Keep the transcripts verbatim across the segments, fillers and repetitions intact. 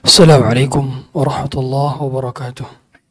السلام عليكم ورحمة الله وبركاته.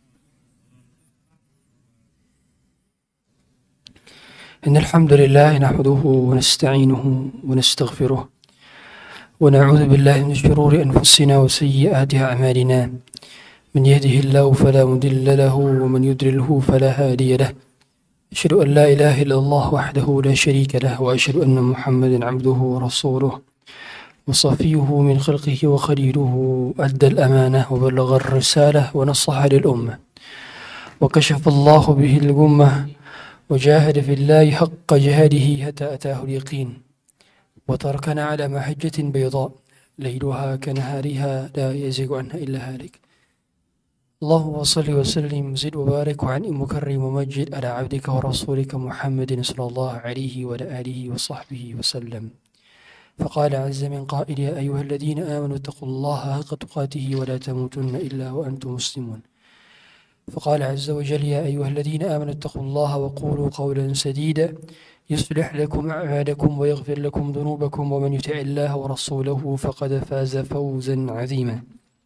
إن الحمد لله نحمده ونستعينه ونستغفره ونعوذ بالله من شرور أنفسنا وسيئات أعمالنا. من يهده الله فلا مضل له ومن يضلله فلا هادي له. أشهد أن لا إله إلا الله وحده لا شريك له وأشهد أن محمدا عبده ورسوله وصفيه من خلقه وخليله. أدى الأمانة وبلغ الرسالة ونصح للأمة وكشف الله به الغمة وجاهد في الله حق جهاده حتى أتاه اليقين وتركنا على محجة بيضاء ليلها كنهارها لا يزيغ عنها إلا هالك. اللهم صل وسلم وزد وبارك وعن مكرم ومجد على عبدك ورسولك محمد صلى الله عليه وعلى آله وصحبه وسلم. فقال عز من قائل: يا أيها الذين آمنوا اتقوا الله حق تقاته ولا تموتن إلا وأنتم مسلمون. فقال عز وجل: يا أيها الذين آمنوا اتقوا الله وقولوا قولا سديدا يصلح لكم أعمالكم ويغفر لكم ذنوبكم ومن يطع الله ورسوله فقد فاز فوزا عظيما.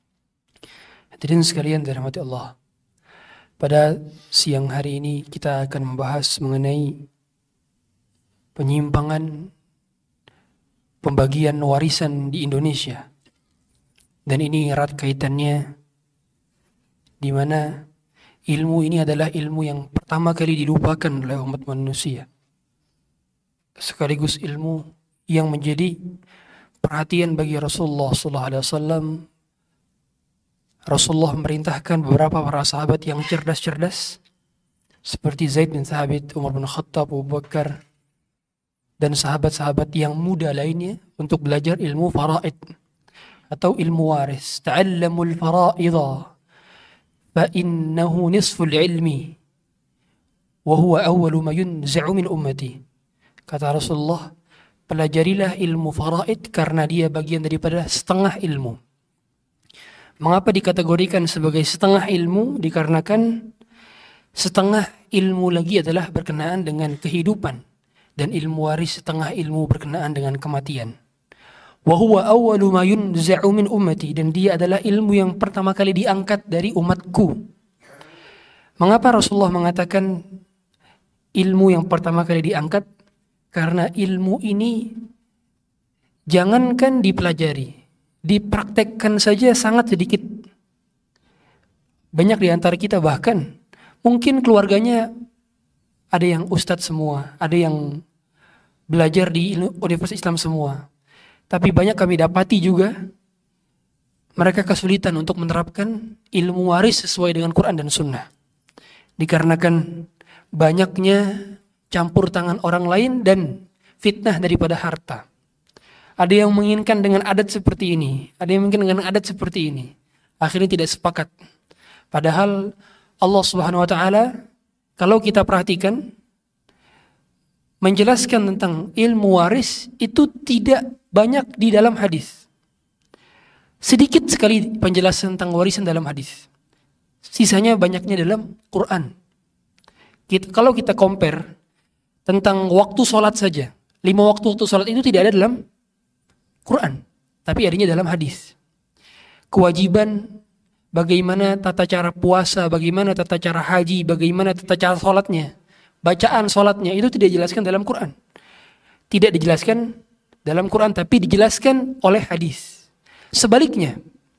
Hadirin sekalian dirahmati Allah, pada siang hari ini kita akan membahas mengenai penyimpangan pembagian warisan di Indonesia. Dan ini erat kaitannya di mana ilmu ini adalah ilmu yang pertama kali dilupakan oleh umat manusia. Sekaligus ilmu yang menjadi perhatian bagi Rasulullah sallallahu alaihi wasallam. Rasulullah memerintahkan beberapa para sahabat yang cerdas-cerdas seperti Zaid bin Thabit, Umar bin Khattab, Abu Bakar, dan sahabat-sahabat yang muda lainnya untuk belajar ilmu faraid atau ilmu waris. Ta'allamul fara'idha fa innahu nisful ilmi wa huwa awwalu ma yunza'u min ummati. Kata Rasulullah, pelajarilah ilmu faraid karena dia bagian daripada setengah ilmu. Mengapa dikategorikan sebagai setengah ilmu? Dikarenakan setengah ilmu lagi adalah berkenaan dengan kehidupan. Dan ilmu waris setengah ilmu berkenaan dengan kematian. Wa huwa awwalu ma yunza'u min ummati, dan dia adalah ilmu yang pertama kali diangkat dari umatku. Mengapa Rasulullah mengatakan ilmu yang pertama kali diangkat? Karena ilmu ini jangankan dipelajari, dipraktekkan saja sangat sedikit. Banyak di antara kita bahkan mungkin keluarganya ada yang ustadz semua, ada yang belajar di Universitas Islam semua. Tapi banyak kami dapati juga mereka kesulitan untuk menerapkan ilmu waris sesuai dengan Quran dan Sunnah. Dikarenakan banyaknya campur tangan orang lain dan fitnah daripada harta. Ada yang menginginkan dengan adat seperti ini, ada yang menginginkan dengan adat seperti ini. Akhirnya tidak sepakat. Padahal Allah Subhanahu wa taala kalau kita perhatikan menjelaskan tentang ilmu waris itu tidak banyak di dalam hadis. Sedikit sekali penjelasan tentang warisan dalam hadis. Sisanya banyaknya dalam Quran. Kita, kalau kita compare tentang waktu sholat saja, lima waktu waktu sholat itu tidak ada dalam Quran, tapi adanya dalam hadis. Kewajiban bagaimana tata cara puasa, bagaimana tata cara haji, bagaimana tata cara sholatnya, bacaan sholatnya itu tidak dijelaskan dalam Quran. Tidak dijelaskan dalam Quran, tapi dijelaskan oleh hadis. Sebaliknya,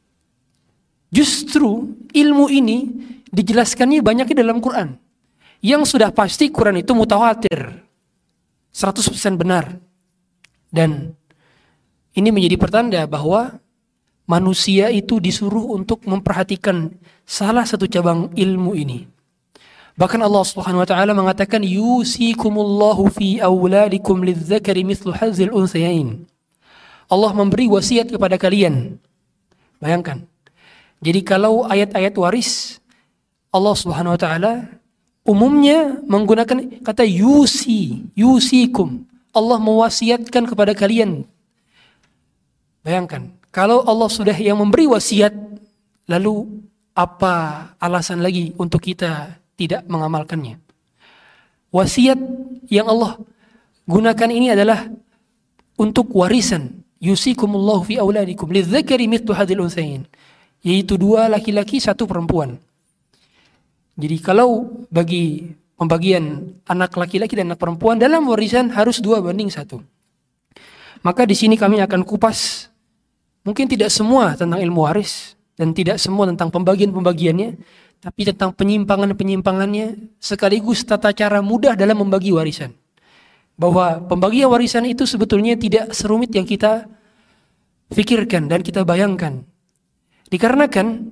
justru ilmu ini dijelaskannya banyaknya dalam Quran. Yang sudah pasti Quran itu mutawatir, seratus persen benar. Dan ini menjadi pertanda bahwa manusia itu disuruh untuk memperhatikan salah satu cabang ilmu ini. Bahkan Allah Subhanahu wa taala mengatakan yusikumullahu fi auladikum lidzakari mithlu hazzil unthayain. Allah memberi wasiat kepada kalian. Bayangkan. Jadi kalau ayat-ayat waris Allah Subhanahu wa taala umumnya menggunakan kata yusi, yusikum. Allah mewasiatkan kepada kalian. Bayangkan, kalau Allah sudah yang memberi wasiat, lalu apa alasan lagi untuk kita tidak mengamalkannya? Wasiat yang Allah gunakan ini adalah untuk warisan. Yusikumullahu fi auladikum lidzakari mithlu hadzal unthayain. yaitu dua laki-laki, satu perempuan. Jadi kalau bagi pembagian anak laki-laki dan anak perempuan dalam warisan harus dua banding satu. Maka di sini kami akan kupas mungkin tidak semua tentang ilmu waris dan tidak semua tentang pembagian-pembagiannya, tapi tentang penyimpangan-penyimpangannya sekaligus tata cara mudah dalam membagi warisan. Bahwa pembagian warisan itu sebetulnya tidak serumit yang kita pikirkan dan kita bayangkan. Dikarenakan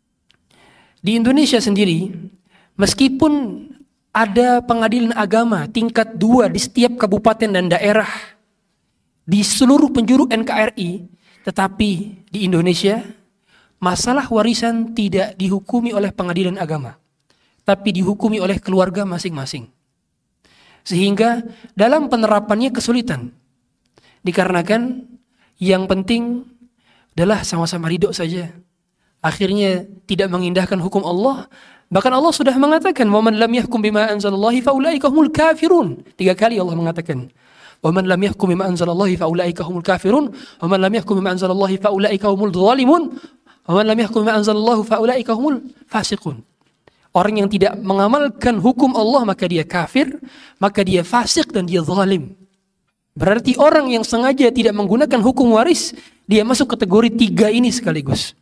di Indonesia sendiri, meskipun ada pengadilan agama tingkat dua di setiap kabupaten dan daerah di seluruh penjuru N K R I, tetapi di Indonesia masalah warisan tidak dihukumi oleh pengadilan agama, tapi dihukumi oleh keluarga masing-masing. Sehingga dalam penerapannya kesulitan. Dikarenakan yang penting adalah sama-sama ridho saja. Akhirnya tidak mengindahkan hukum Allah. Bahkan Allah sudah mengatakan, "Waman lam yahkum bima anzalallahi faulaika humul kafirun." Tiga kali Allah mengatakan, "Waman lam yahkum bima anzalallahi faulaika humul kafirun, waman lam yahkum bima anzalallahi faulaika humul dzalimun, waman lam yahkum bima anzalallahu faulaika humul fasiqun." Orang yang tidak mengamalkan hukum Allah maka dia kafir, maka dia fasik dan dia zalim. Berarti orang yang sengaja tidak menggunakan hukum waris, dia masuk kategori tiga ini sekaligus.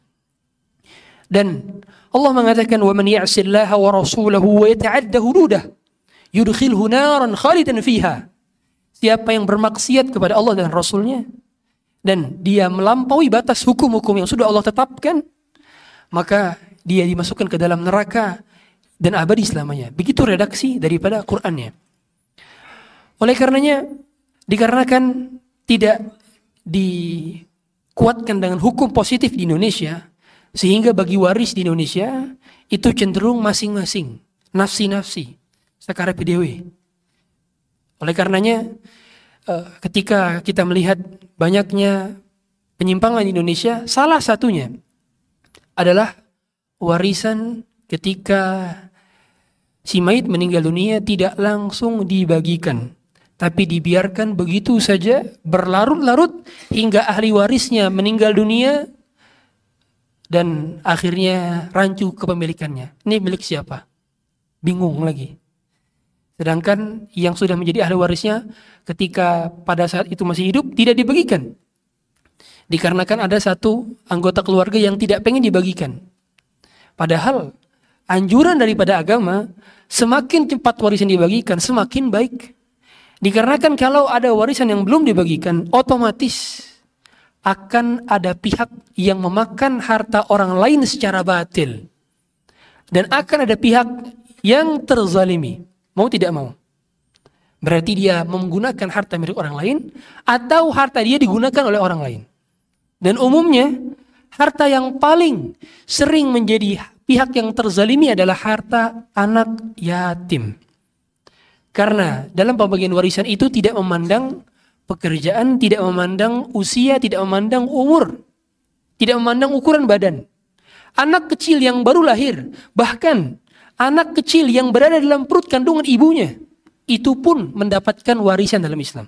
Dan Allah mengatakan, "Wa man ya'sillaha wa rasulahu wa yata'adda hududah yudkhilhu naran khalidan fiha." Siapa yang bermaksiat kepada Allah dan Rasulnya dan dia melampaui batas hukum-hukum yang sudah Allah tetapkan, maka dia dimasukkan ke dalam neraka dan abadi selamanya. Begitu redaksi daripada Qur'annya. Oleh karenanya, dikarenakan tidak dikuatkan dengan hukum positif di Indonesia, sehingga bagi waris di Indonesia itu cenderung masing-masing, nafsi-nafsi, sakara P D W. Oleh karenanya, ketika kita melihat banyaknya penyimpangan di Indonesia, salah satunya adalah warisan ketika si mayit meninggal dunia tidak langsung dibagikan, tapi dibiarkan begitu saja berlarut-larut hingga ahli warisnya meninggal dunia dan akhirnya rancu kepemilikannya. Ini milik siapa? Bingung lagi. Sedangkan yang sudah menjadi ahli warisnya ketika pada saat itu masih hidup tidak dibagikan. Dikarenakan ada satu anggota keluarga yang tidak pengen dibagikan. Padahal anjuran daripada agama, semakin cepat warisan dibagikan semakin baik. Dikarenakan kalau ada warisan yang belum dibagikan, otomatis akan ada pihak yang memakan harta orang lain secara batil. Dan akan ada pihak yang terzalimi, mau tidak mau. Berarti dia menggunakan harta milik orang lain atau harta dia digunakan oleh orang lain. Dan umumnya harta yang paling sering menjadi pihak yang terzalimi adalah harta anak yatim. Karena dalam pembagian warisan itu tidak memandang pekerjaan, tidak memandang usia, tidak memandang umur, tidak memandang ukuran badan. Anak kecil yang baru lahir, bahkan anak kecil yang berada dalam perut kandungan ibunya, itu pun mendapatkan warisan dalam Islam.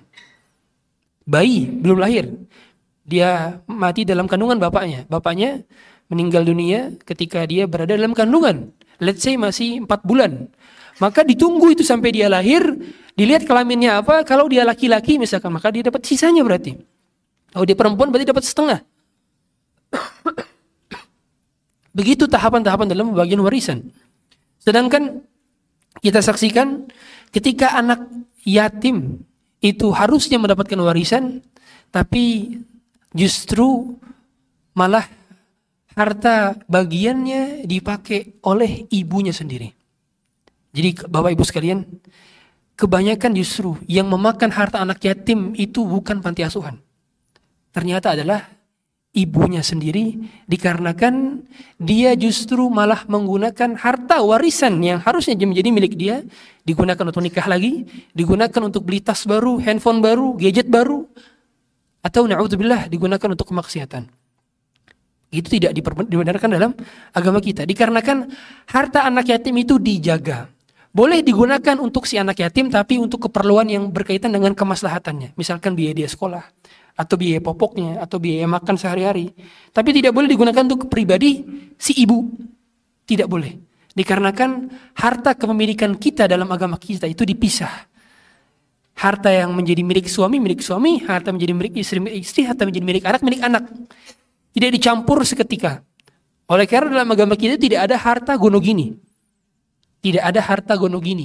Bayi belum lahir, dia mati dalam kandungan bapaknya. Bapaknya meninggal dunia ketika dia berada dalam kandungan. Let's say masih empat bulan. Maka ditunggu itu sampai dia lahir, dilihat kelaminnya apa. Kalau dia laki-laki misalkan, maka dia dapat sisanya berarti. Kalau dia perempuan berarti dapat setengah. Begitu tahapan-tahapan dalam pembagian warisan. Sedangkan kita saksikan ketika anak yatim itu harusnya mendapatkan warisan, tapi justru malah harta bagiannya dipakai oleh ibunya sendiri. Jadi Bapak Ibu sekalian, kebanyakan justru yang memakan harta anak yatim itu bukan panti asuhan. Ternyata adalah ibunya sendiri, dikarenakan dia justru malah menggunakan harta warisan yang harusnya menjadi milik dia, digunakan untuk nikah lagi, digunakan untuk beli tas baru, handphone baru, gadget baru, atau na'udzubillah digunakan untuk kemaksiatan. Itu tidak dibenarkan dalam agama kita. Dikarenakan harta anak yatim itu dijaga. Boleh digunakan untuk si anak yatim, tapi untuk keperluan yang berkaitan dengan kemaslahatannya. Misalkan biaya dia sekolah, atau biaya popoknya, atau biaya makan sehari-hari. Tapi tidak boleh digunakan untuk pribadi si ibu. Tidak boleh. Dikarenakan harta kepemilikan kita dalam agama kita itu dipisah. Harta yang menjadi milik suami, milik suami. Harta menjadi milik istri, milik istri. Harta menjadi milik anak, milik anak. Tidak dicampur seketika. Oleh karena dalam agama kita tidak ada harta gonogini. Tidak ada harta gonogini.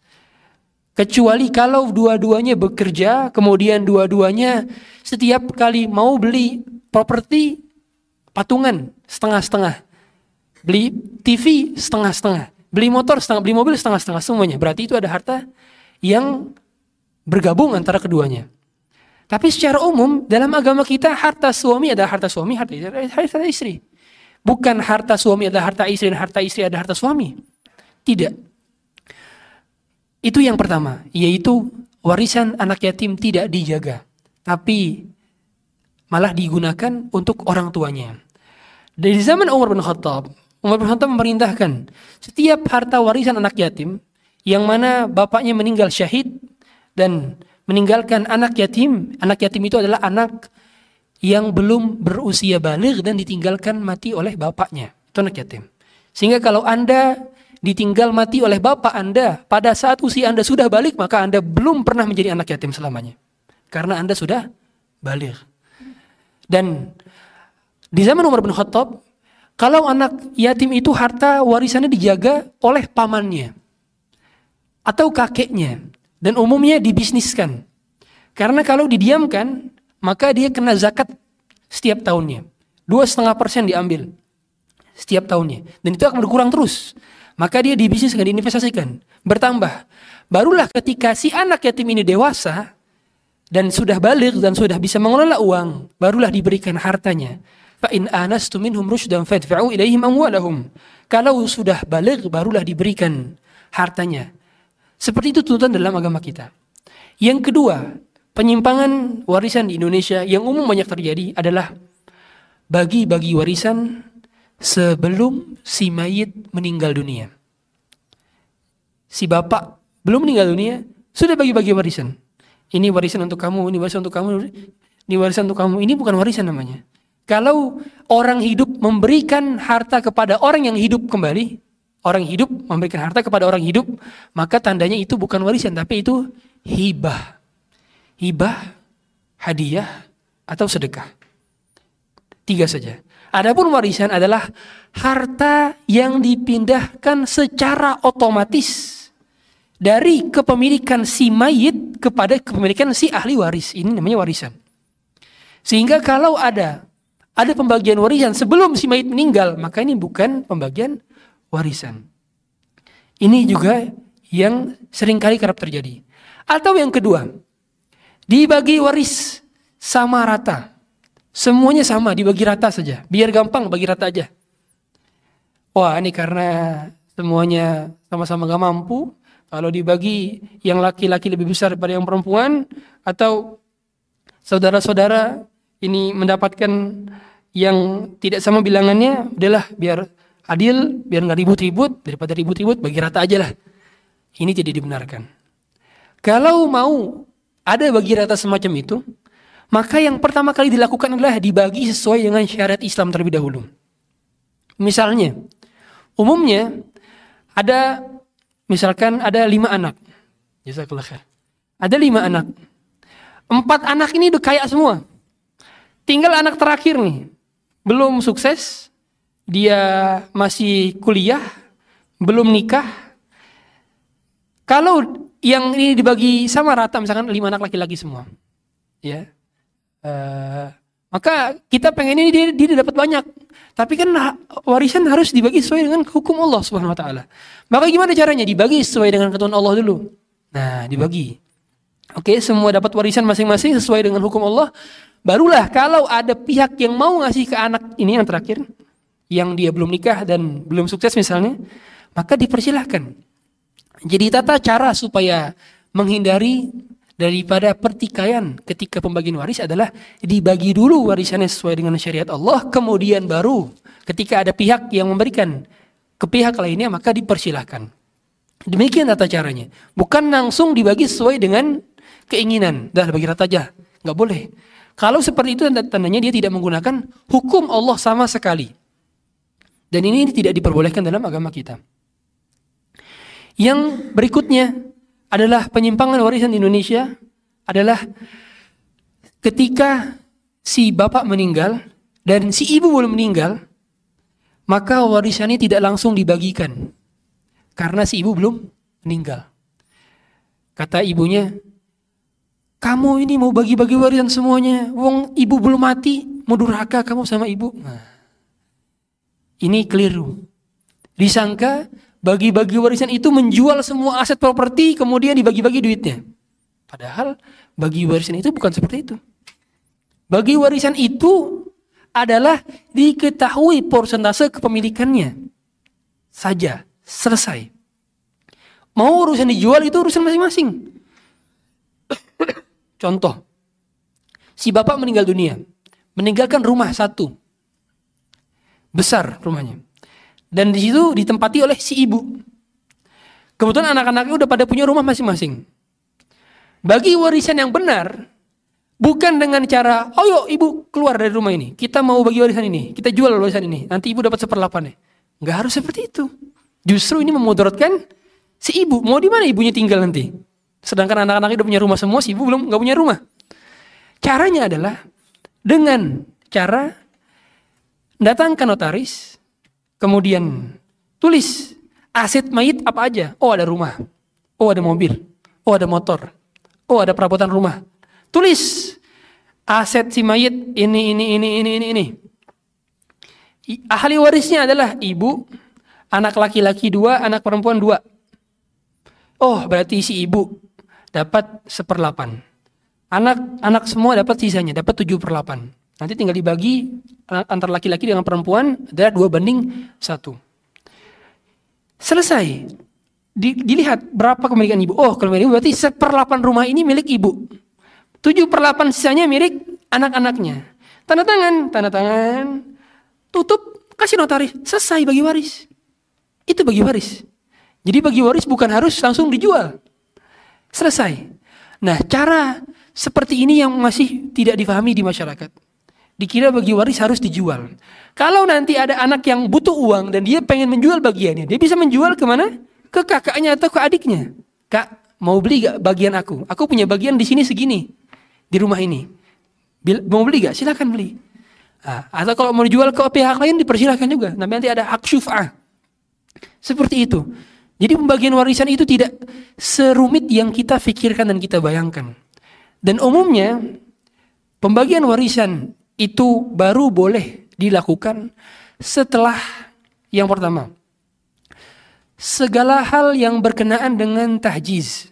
Kecuali kalau dua-duanya bekerja, kemudian dua-duanya setiap kali mau beli properti patungan setengah-setengah. Beli T V setengah-setengah. Beli motor setengah, beli mobil setengah-setengah semuanya. Berarti itu ada harta yang bergabung antara keduanya. Tapi secara umum dalam agama kita harta suami adalah harta suami, harta istri adalah harta istri. Bukan harta suami adalah harta istri dan harta istri adalah harta suami. Tidak. Itu yang pertama, yaitu warisan anak yatim tidak dijaga, tapi malah digunakan untuk orang tuanya. Dari zaman Umar bin Khattab, Umar bin Khattab memerintahkan setiap harta warisan anak yatim yang mana bapaknya meninggal syahid dan meninggalkan anak yatim, anak yatim itu adalah anak yang belum berusia baligh dan ditinggalkan mati oleh bapaknya. Itu anak yatim. Sehingga kalau Anda ditinggal mati oleh bapak Anda pada saat usia Anda sudah balik, maka Anda belum pernah menjadi anak yatim selamanya. Karena Anda sudah balik. Dan di zaman Umar bin Khattab, kalau anak yatim itu harta warisannya dijaga oleh pamannya atau kakeknya, dan umumnya dibisniskan. Karena kalau didiamkan, maka dia kena zakat setiap tahunnya. Dua setengah persen diambil setiap tahunnya, dan itu akan berkurang terus. Maka dia dibisniskan, diinvestasikan, bertambah. Barulah ketika si anak yatim ini dewasa dan sudah balik dan sudah bisa mengelola uang, barulah diberikan hartanya. Fa in anastum minhum rusydan fadfa'u ilaihim amwalahum. Kalau sudah balik barulah diberikan hartanya. Seperti itu tuntutan dalam agama kita. Yang kedua, penyimpangan warisan di Indonesia yang umum banyak terjadi adalah bagi-bagi warisan sebelum si mayit meninggal dunia. Si bapak belum meninggal dunia, sudah bagi-bagi warisan. Ini warisan untuk kamu, ini warisan untuk kamu, ini warisan untuk kamu. Ini bukan warisan namanya. Kalau orang hidup memberikan harta kepada orang yang hidup kembali, orang hidup memberikan harta kepada orang hidup, maka tandanya itu bukan warisan, tapi itu hibah. Hibah, hadiah, atau sedekah. Tiga saja. Adapun warisan adalah harta yang dipindahkan secara otomatis dari kepemilikan si mayit kepada kepemilikan si ahli waris. Ini namanya warisan. Sehingga kalau ada ada pembagian warisan sebelum si mayit meninggal, maka ini bukan pembagian warisan. Ini juga yang seringkali kerap terjadi. Atau yang kedua, dibagi waris sama rata. Semuanya sama, dibagi rata saja. Biar gampang, bagi rata aja. Wah, ini karena semuanya sama-sama gak mampu. Kalau dibagi yang laki-laki lebih besar daripada yang perempuan, atau saudara-saudara ini mendapatkan yang tidak sama bilangannya, udahlah biar adil, biar gak ribut-ribut. Daripada ribut-ribut, bagi rata aja lah. Ini tidak dibenarkan. Kalau mau ada bagi rata semacam itu, maka yang pertama kali dilakukan adalah dibagi sesuai dengan syariat Islam terlebih dahulu. Misalnya, umumnya ada, misalkan ada lima anak. Jazakallah khair. Ada lima anak. Empat anak ini udah kaya semua. Tinggal anak terakhir nih, belum sukses, dia masih kuliah, belum nikah. Kalau yang ini dibagi sama rata, misalkan lima anak laki-laki semua, ya. Uh, maka kita pengen ini dia, dia dapat banyak, tapi kan warisan harus dibagi sesuai dengan hukum Allah Subhanahu Wa Taala. Maka gimana caranya? Dibagi sesuai dengan ketentuan Allah dulu. Nah, dibagi. Oke, semua dapat warisan masing-masing sesuai dengan hukum Allah. Barulah kalau ada pihak yang mau ngasih ke anak ini yang terakhir, yang dia belum nikah dan belum sukses misalnya, maka dipersilahkan. Jadi tata cara supaya menghindari daripada pertikaian ketika pembagian waris adalah dibagi dulu warisannya sesuai dengan syariat Allah, kemudian baru ketika ada pihak yang memberikan ke pihak lainnya maka dipersilahkan. Demikian tata caranya. Bukan langsung dibagi sesuai dengan keinginan. Dah bagi rata aja. Nggak boleh. Kalau seperti itu tandanya dia tidak menggunakan hukum Allah sama sekali. Dan ini tidak diperbolehkan dalam agama kita. Yang berikutnya adalah penyimpangan warisan di Indonesia adalah ketika si bapak meninggal dan si ibu belum meninggal, maka warisannya tidak langsung dibagikan karena si ibu belum meninggal. Kata ibunya, kamu ini mau bagi-bagi warisan semuanya, wong ibu belum mati, mau durhaka kamu sama ibu. Nah, ini keliru. Disangka bagi-bagi warisan itu menjual semua aset properti kemudian dibagi-bagi duitnya. Padahal bagi warisan itu bukan seperti itu. Bagi warisan itu adalah diketahui persentase kepemilikannya saja, selesai. Mau urusan dijual itu urusan masing-masing. Contoh, si bapak meninggal dunia, meninggalkan rumah satu, besar rumahnya, dan di situ ditempati oleh si ibu. Kebetulan anak-anaknya udah pada punya rumah masing-masing. Bagi warisan yang benar, bukan dengan cara, oh yuk ibu keluar dari rumah ini, kita mau bagi warisan ini, kita jual warisan ini, nanti ibu dapat seperlapannya. Nggak harus seperti itu. Justru ini memudaratkan si ibu. Mau di mana ibunya tinggal nanti? Sedangkan anak-anaknya udah punya rumah semua, si ibu belum nggak punya rumah. Caranya adalah dengan cara datangkan notaris, kemudian tulis aset mayit apa aja. Oh ada rumah, oh ada mobil, oh ada motor, oh ada perabotan rumah. Tulis aset si mayit ini, ini, ini, ini, ini, ini. Ahli warisnya adalah ibu, anak laki-laki dua, anak perempuan dua. Oh berarti si ibu dapat seperlapan. Anak-anak semua dapat sisanya, dapat tujuh per delapan. Nanti tinggal dibagi antara laki-laki dengan perempuan adalah dua banding satu. Selesai. Di, dilihat berapa kepemilikan ibu. Oh kepemilikan ibu berarti seperlapan rumah ini milik ibu. tujuh per delapan sisanya milik anak-anaknya. Tanda tangan, tanda tangan. Tutup, kasih notaris. Selesai bagi waris. Itu bagi waris. Jadi bagi waris bukan harus langsung dijual. Selesai. Nah, cara seperti ini yang masih tidak difahami di masyarakat. Dikira bagi waris harus dijual. Kalau nanti ada anak yang butuh uang dan dia pengen menjual bagiannya, dia bisa menjual kemana? Ke kakaknya atau ke adiknya. Kak, mau beli gak bagian aku? Aku punya bagian di sini segini, di rumah ini. Mau beli gak? Silakan beli. Nah, atau kalau mau dijual ke pihak lain dipersilakan juga. Nah, nanti ada hak syuf'ah. Seperti itu. Jadi pembagian warisan itu tidak serumit yang kita pikirkan dan kita bayangkan. Dan umumnya pembagian warisan itu baru boleh dilakukan setelah yang pertama, segala hal yang berkenaan dengan tahjiz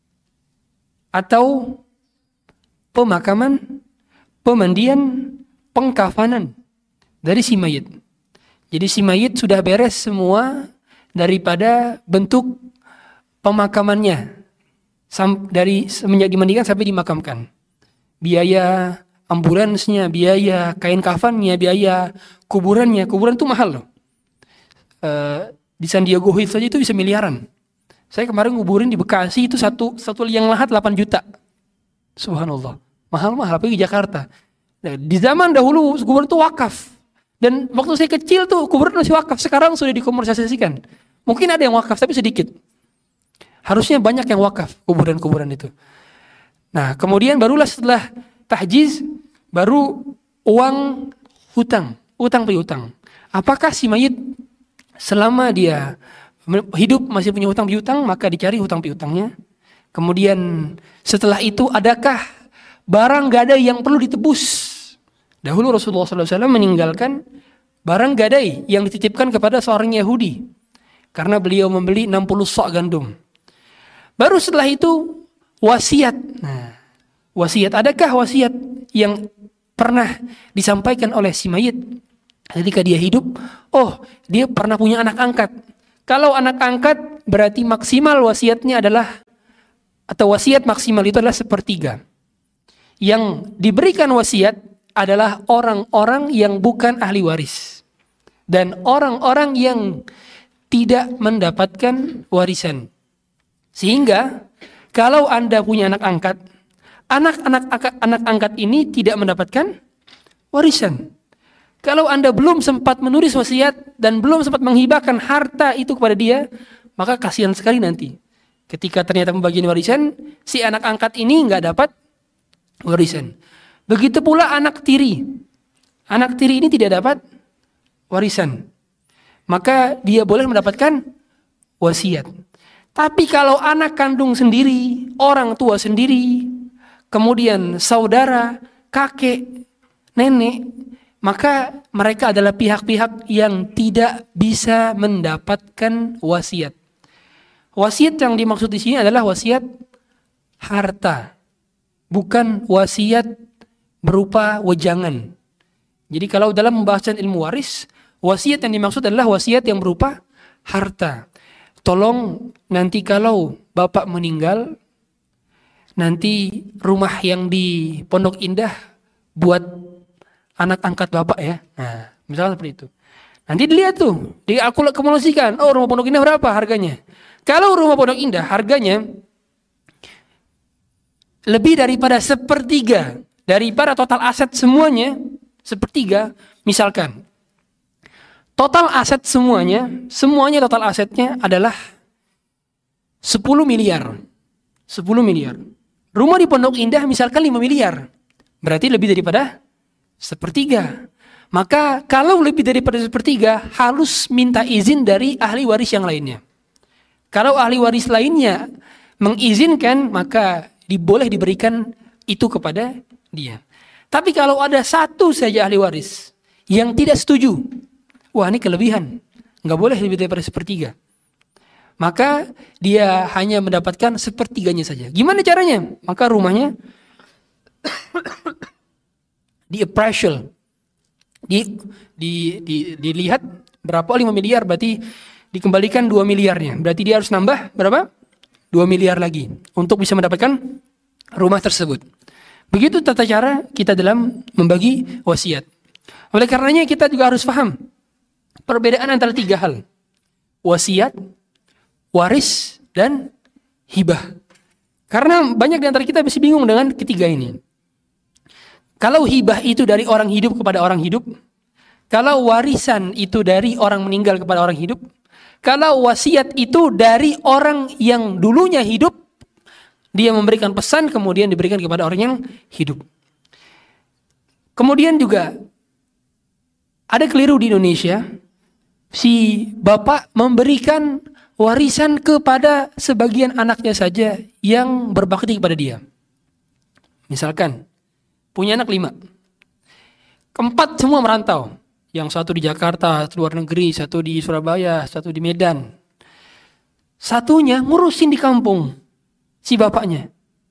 atau pemakaman, pemandian, pengkafanan dari si mayit. Jadi si mayit sudah beres semua daripada bentuk pemakamannya dari semenjak dimandikan sampai dimakamkan. Biaya ambulansnya, biaya kain kafannya, biaya kuburannya. Kuburan itu mahal loh. E, di San Diego Hills saja itu bisa miliaran. Saya kemarin nguburin di Bekasi itu satu satu liang lahat delapan juta. Subhanallah. Mahal-mahal apalagi di Jakarta. Nah, di zaman dahulu kuburan itu wakaf. Dan waktu saya kecil tuh kuburan masih wakaf. Sekarang sudah dikomersialisasikan. Mungkin ada yang wakaf tapi sedikit. Harusnya banyak yang wakaf kuburan-kuburan itu. Nah, kemudian barulah setelah tahjiz baru uang hutang, utang piutang. Apakah si mayit selama dia hidup masih punya hutang piutang, maka dicari hutang piutangnya. Kemudian setelah itu adakah barang gadai yang perlu ditebus? Dahulu Rasulullah shallallahu alaihi wasallam meninggalkan barang gadai yang dititipkan kepada seorang Yahudi karena beliau membeli enam puluh sok gandum. Baru setelah itu wasiat. Nah, wasiat, adakah wasiat yang pernah disampaikan oleh si mayit ketika dia hidup? Oh, dia pernah punya anak angkat. Kalau anak angkat berarti maksimal wasiatnya adalah, atau wasiat maksimal itu adalah sepertiga. Yang diberikan wasiat adalah orang-orang yang bukan ahli waris dan orang-orang yang tidak mendapatkan warisan. Sehingga kalau Anda punya anak angkat, anak-anak anak angkat ini tidak mendapatkan warisan. Kalau Anda belum sempat menulis wasiat dan belum sempat menghibahkan harta itu kepada dia, maka kasihan sekali nanti. Ketika ternyata pembagian warisan, si anak angkat ini nggak dapat warisan. Begitu pula anak tiri. Anak tiri ini tidak dapat warisan. Maka dia boleh mendapatkan wasiat. Tapi kalau anak kandung sendiri, orang tua sendiri, kemudian saudara, kakek, nenek, maka mereka adalah pihak-pihak yang tidak bisa mendapatkan wasiat. Wasiat yang dimaksud di sini adalah wasiat harta, bukan wasiat berupa wejangan. Jadi kalau dalam pembahasan ilmu waris, wasiat yang dimaksud adalah wasiat yang berupa harta. Tolong nanti kalau bapak meninggal, nanti rumah yang di Pondok Indah buat anak angkat bapak ya. Nah, misalnya seperti itu. Nanti dilihat tuh, diakumulasikan. Oh, rumah Pondok Indah berapa harganya? Kalau rumah Pondok Indah harganya lebih daripada sepertiga daripada total aset semuanya, sepertiga, misalkan total aset semuanya, semuanya total asetnya adalah sepuluh miliar. sepuluh miliar. Rumah di Pondok Indah misalkan lima miliar. Berarti lebih daripada sepertiga. Maka kalau lebih daripada sepertiga, harus minta izin dari ahli waris yang lainnya. Kalau ahli waris lainnya mengizinkan, maka diboleh diberikan itu kepada dia. Tapi kalau ada satu saja ahli waris yang tidak setuju, wah ini kelebihan, nggak boleh lebih daripada sepertiga. Maka dia hanya mendapatkan sepertiganya saja. Gimana caranya? Maka rumahnya di appraisal, di, di, di, dilihat berapa, lima miliar, berarti dikembalikan dua miliarnya. Berarti dia harus nambah berapa? dua miliar lagi untuk bisa mendapatkan rumah tersebut. Begitu tata cara kita dalam membagi wasiat. Oleh karenanya kita juga harus paham perbedaan antara tiga hal. Wasiat, waris, dan hibah. Karena banyak di antara kita masih bingung dengan ketiga ini. Kalau hibah itu dari orang hidup kepada orang hidup, kalau warisan itu dari orang meninggal kepada orang hidup, kalau wasiat itu dari orang yang dulunya hidup, dia memberikan pesan kemudian diberikan kepada orang yang hidup. Kemudian juga ada keliru di Indonesia, si bapak memberikan warisan kepada sebagian anaknya saja yang berbakti kepada dia. Misalkan punya anak lima, keempat semua merantau. Yang satu di Jakarta, satu luar negeri, satu di Surabaya, satu di Medan. Satunya ngurusin di kampung si bapaknya.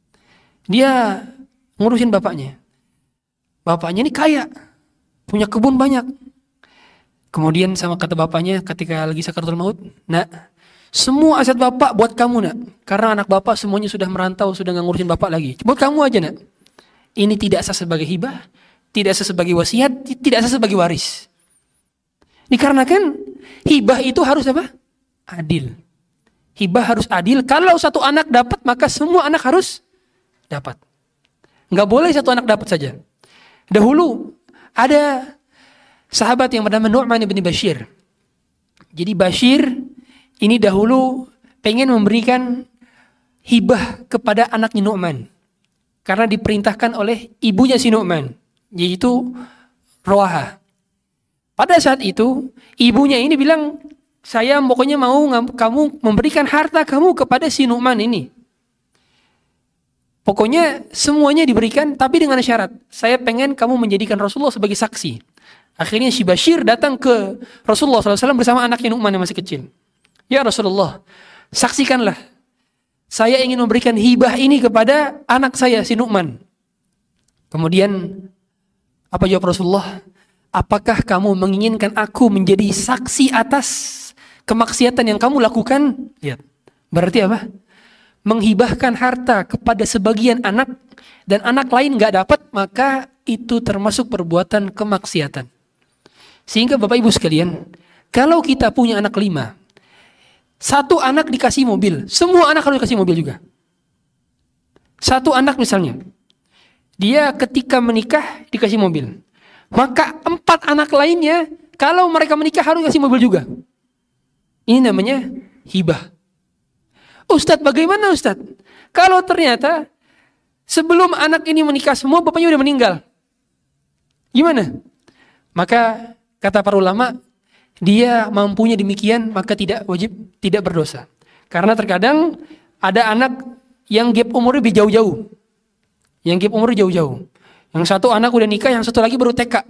Dia ngurusin bapaknya. Bapaknya ini kaya, punya kebun banyak. Kemudian sama kata bapaknya ketika lagi sakaratul maut, nak, semua aset bapak buat kamu nak. Karena anak bapak semuanya sudah merantau, sudah nggak ngurusin bapak lagi. Buat kamu aja nak. Ini tidak sah sebagai hibah, tidak sah sebagai wasiat, tidak sah sebagai waris. Dikarenakan hibah itu harus apa? Adil. Hibah harus adil. Kalau satu anak dapat, maka semua anak harus dapat. Nggak boleh satu anak dapat saja. Dahulu ada sahabat yang bernama Nu'man bin Bashir. Jadi Bashir ini dahulu pengen memberikan hibah kepada anaknya Nu'man. Karena diperintahkan oleh ibunya si Nu'man, yaitu Roha. Pada saat itu, ibunya ini bilang, saya pokoknya mau kamu memberikan harta kamu kepada si Nu'man ini. Pokoknya semuanya diberikan, tapi dengan syarat. Saya pengen kamu menjadikan Rasulullah sebagai saksi. Akhirnya si Bashir datang ke Rasulullah shallallahu alaihi wasallam bersama anaknya Nu'man yang masih kecil. Ya Rasulullah, saksikanlah. Saya ingin memberikan hibah ini kepada anak saya si Nu'man. Kemudian, apa jawab Rasulullah? Apakah kamu menginginkan aku menjadi saksi atas kemaksiatan yang kamu lakukan? Lihat. Berarti apa? Menghibahkan harta kepada sebagian anak dan anak lain gak dapat, maka itu termasuk perbuatan kemaksiatan. Sehingga Bapak Ibu sekalian, kalau kita punya anak lima, Satu anak dikasih mobil, semua anak harus dikasih mobil juga. Satu anak misalnya, dia ketika menikah dikasih mobil. Maka empat anak lainnya, kalau mereka menikah harus dikasih mobil juga. Ini namanya hibah. Ustadz, bagaimana Ustadz? Kalau ternyata sebelum anak ini menikah semua bapaknya udah meninggal, gimana? Maka kata para ulama, dia mampunya demikian maka tidak wajib, tidak berdosa. Karena terkadang ada anak yang gap umurnya lebih jauh-jauh. Yang gap umurnya jauh-jauh. Yang satu anak udah nikah, yang satu lagi baru T K.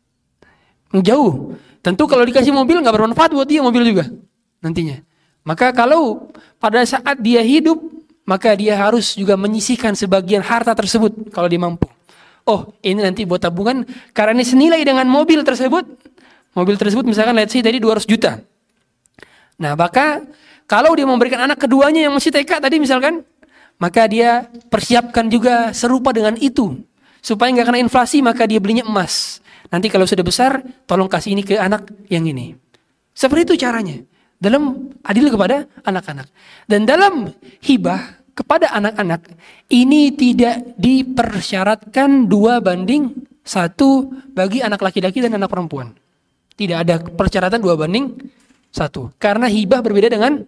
Jauh. Tentu kalau dikasih mobil gak bermanfaat buat dia mobil juga nantinya. Maka kalau pada saat dia hidup, maka dia harus juga menyisihkan sebagian harta tersebut kalau dia mampu. Oh, ini nanti buat tabungan karena ini senilai dengan mobil tersebut. Mobil tersebut misalkan let's say tadi dua ratus juta. Nah, maka kalau dia memberikan anak keduanya yang masih T K tadi misalkan, maka dia persiapkan juga serupa dengan itu. Supaya nggak kena inflasi, maka dia belinya emas. Nanti kalau sudah besar, tolong kasih ini ke anak yang ini. Seperti itu caranya. Dalam adil kepada anak-anak. Dan dalam hibah kepada anak-anak, ini tidak dipersyaratkan dua banding satu bagi anak laki-laki dan anak perempuan. Tidak ada persyaratan dua banding satu. Karena hibah berbeda dengan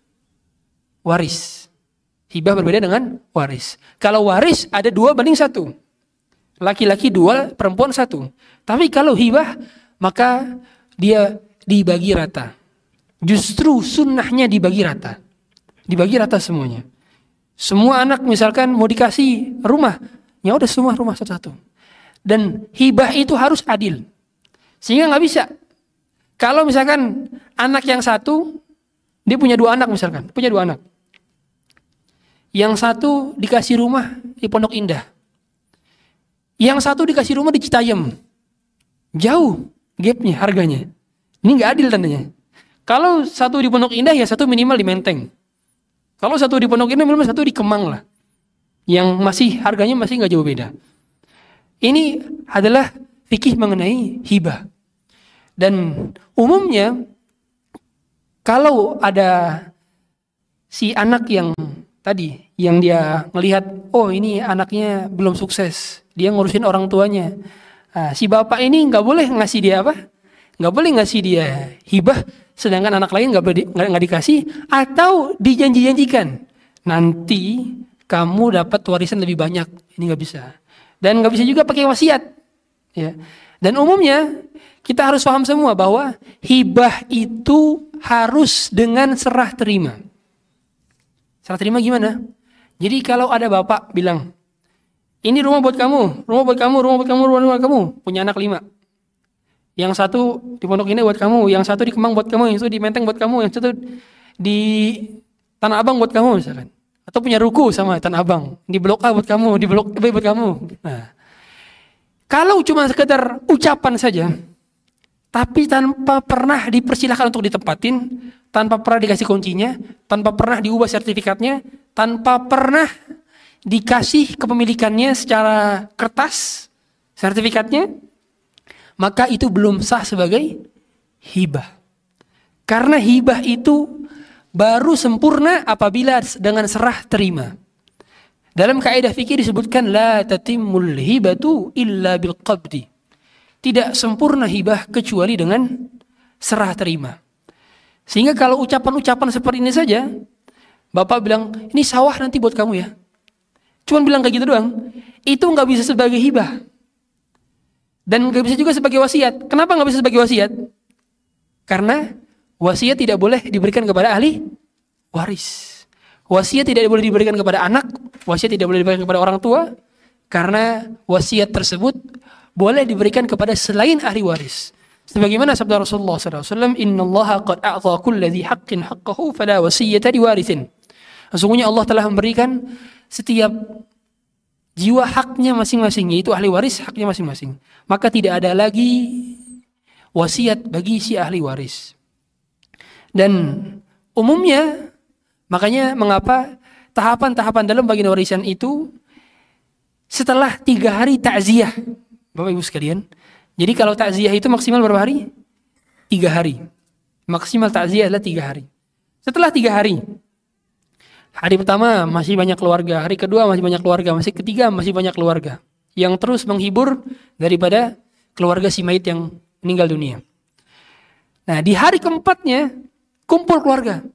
waris. Hibah berbeda dengan waris. Kalau waris ada dua banding satu. Laki-laki dua, perempuan satu. Tapi kalau hibah, maka dia dibagi rata. Justru sunnahnya dibagi rata. Dibagi rata semuanya. Semua anak misalkan mau dikasih rumah, ya udah semua rumah satu-satu. Dan hibah itu harus adil. Sehingga nggak bisa. Kalau misalkan anak yang satu, dia punya dua anak misalkan, punya dua anak. Yang satu dikasih rumah di Pondok Indah. Yang satu dikasih rumah di Citayam. Jauh gapnya, harganya. Ini nggak adil tandanya. Kalau satu di Pondok Indah, ya satu minimal di Menteng. Kalau satu di Pondok Indah, minimal satu di Kemang lah. Yang masih, harganya masih nggak jauh beda. Ini adalah fikih mengenai hibah. Dan umumnya, kalau ada si anak yang tadi, yang dia melihat, oh ini anaknya belum sukses, dia ngurusin orang tuanya. Nah, si bapak ini nggak boleh ngasih dia apa? Nggak boleh ngasih dia hibah, sedangkan anak lain nggak di, nggak dikasih, atau dijanji-janjikan nanti kamu dapat warisan lebih banyak. Ini nggak bisa. Dan nggak bisa juga pakai wasiat. Ya. Dan umumnya kita harus paham semua bahwa hibah itu harus dengan serah terima. Serah terima gimana? Jadi kalau ada bapak bilang, ini rumah buat kamu, rumah buat kamu, rumah buat kamu, rumah buat kamu, punya anak lima. Yang satu di Pondok Indah buat kamu, yang satu di Kemang buat kamu, yang satu di Menteng buat kamu, yang satu di Tanah Abang buat kamu misalkan. Atau punya ruko sama Tanah Abang, di Blok A buat kamu, di Blok B buat kamu. Nah, kalau cuma sekedar ucapan saja, tapi tanpa pernah dipersilahkan untuk ditempatin, tanpa pernah dikasih kuncinya, tanpa pernah diubah sertifikatnya, tanpa pernah dikasih kepemilikannya secara kertas, sertifikatnya, maka itu belum sah sebagai hibah. Karena hibah itu baru sempurna apabila dengan serah terima. Dalam kaidah fikih disebutkan la tatimul hibatu illa bil qabdi. Tidak sempurna hibah kecuali dengan serah terima. Sehingga kalau ucapan-ucapan seperti ini saja, bapak bilang, ini sawah nanti buat kamu ya. Cuman bilang kayak gitu doang. Itu nggak bisa sebagai hibah. Dan nggak bisa juga sebagai wasiat. Kenapa nggak bisa sebagai wasiat? Karena wasiat tidak boleh diberikan kepada ahli waris. Wasiat tidak boleh diberikan kepada anak. Wasiat tidak boleh diberikan kepada orang tua. Karena wasiat tersebut boleh diberikan kepada selain ahli waris. Sebagaimana sabda Rasulullah shallallahu alaihi wasallam, Inna allaha qad a'ta kulla dhi haqqin haqqahu fala wasiyata liwarithin. Sesungguhnya Allah telah memberikan setiap jiwa haknya masing-masing, yaitu ahli waris haknya masing-masing. Maka tidak ada lagi wasiat bagi si ahli waris. Dan umumnya, makanya mengapa tahapan-tahapan dalam bagian warisan itu setelah tiga hari takziah, Bapak Ibu sekalian. Jadi kalau takziah itu maksimal berapa hari? Tiga hari. Maksimal takziah adalah tiga hari. Setelah tiga hari. Hari pertama masih banyak keluarga, hari kedua masih banyak keluarga, masih ketiga masih banyak keluarga. Yang terus menghibur daripada keluarga si mayit yang meninggal dunia. Nah, di hari keempatnya kumpul keluarga.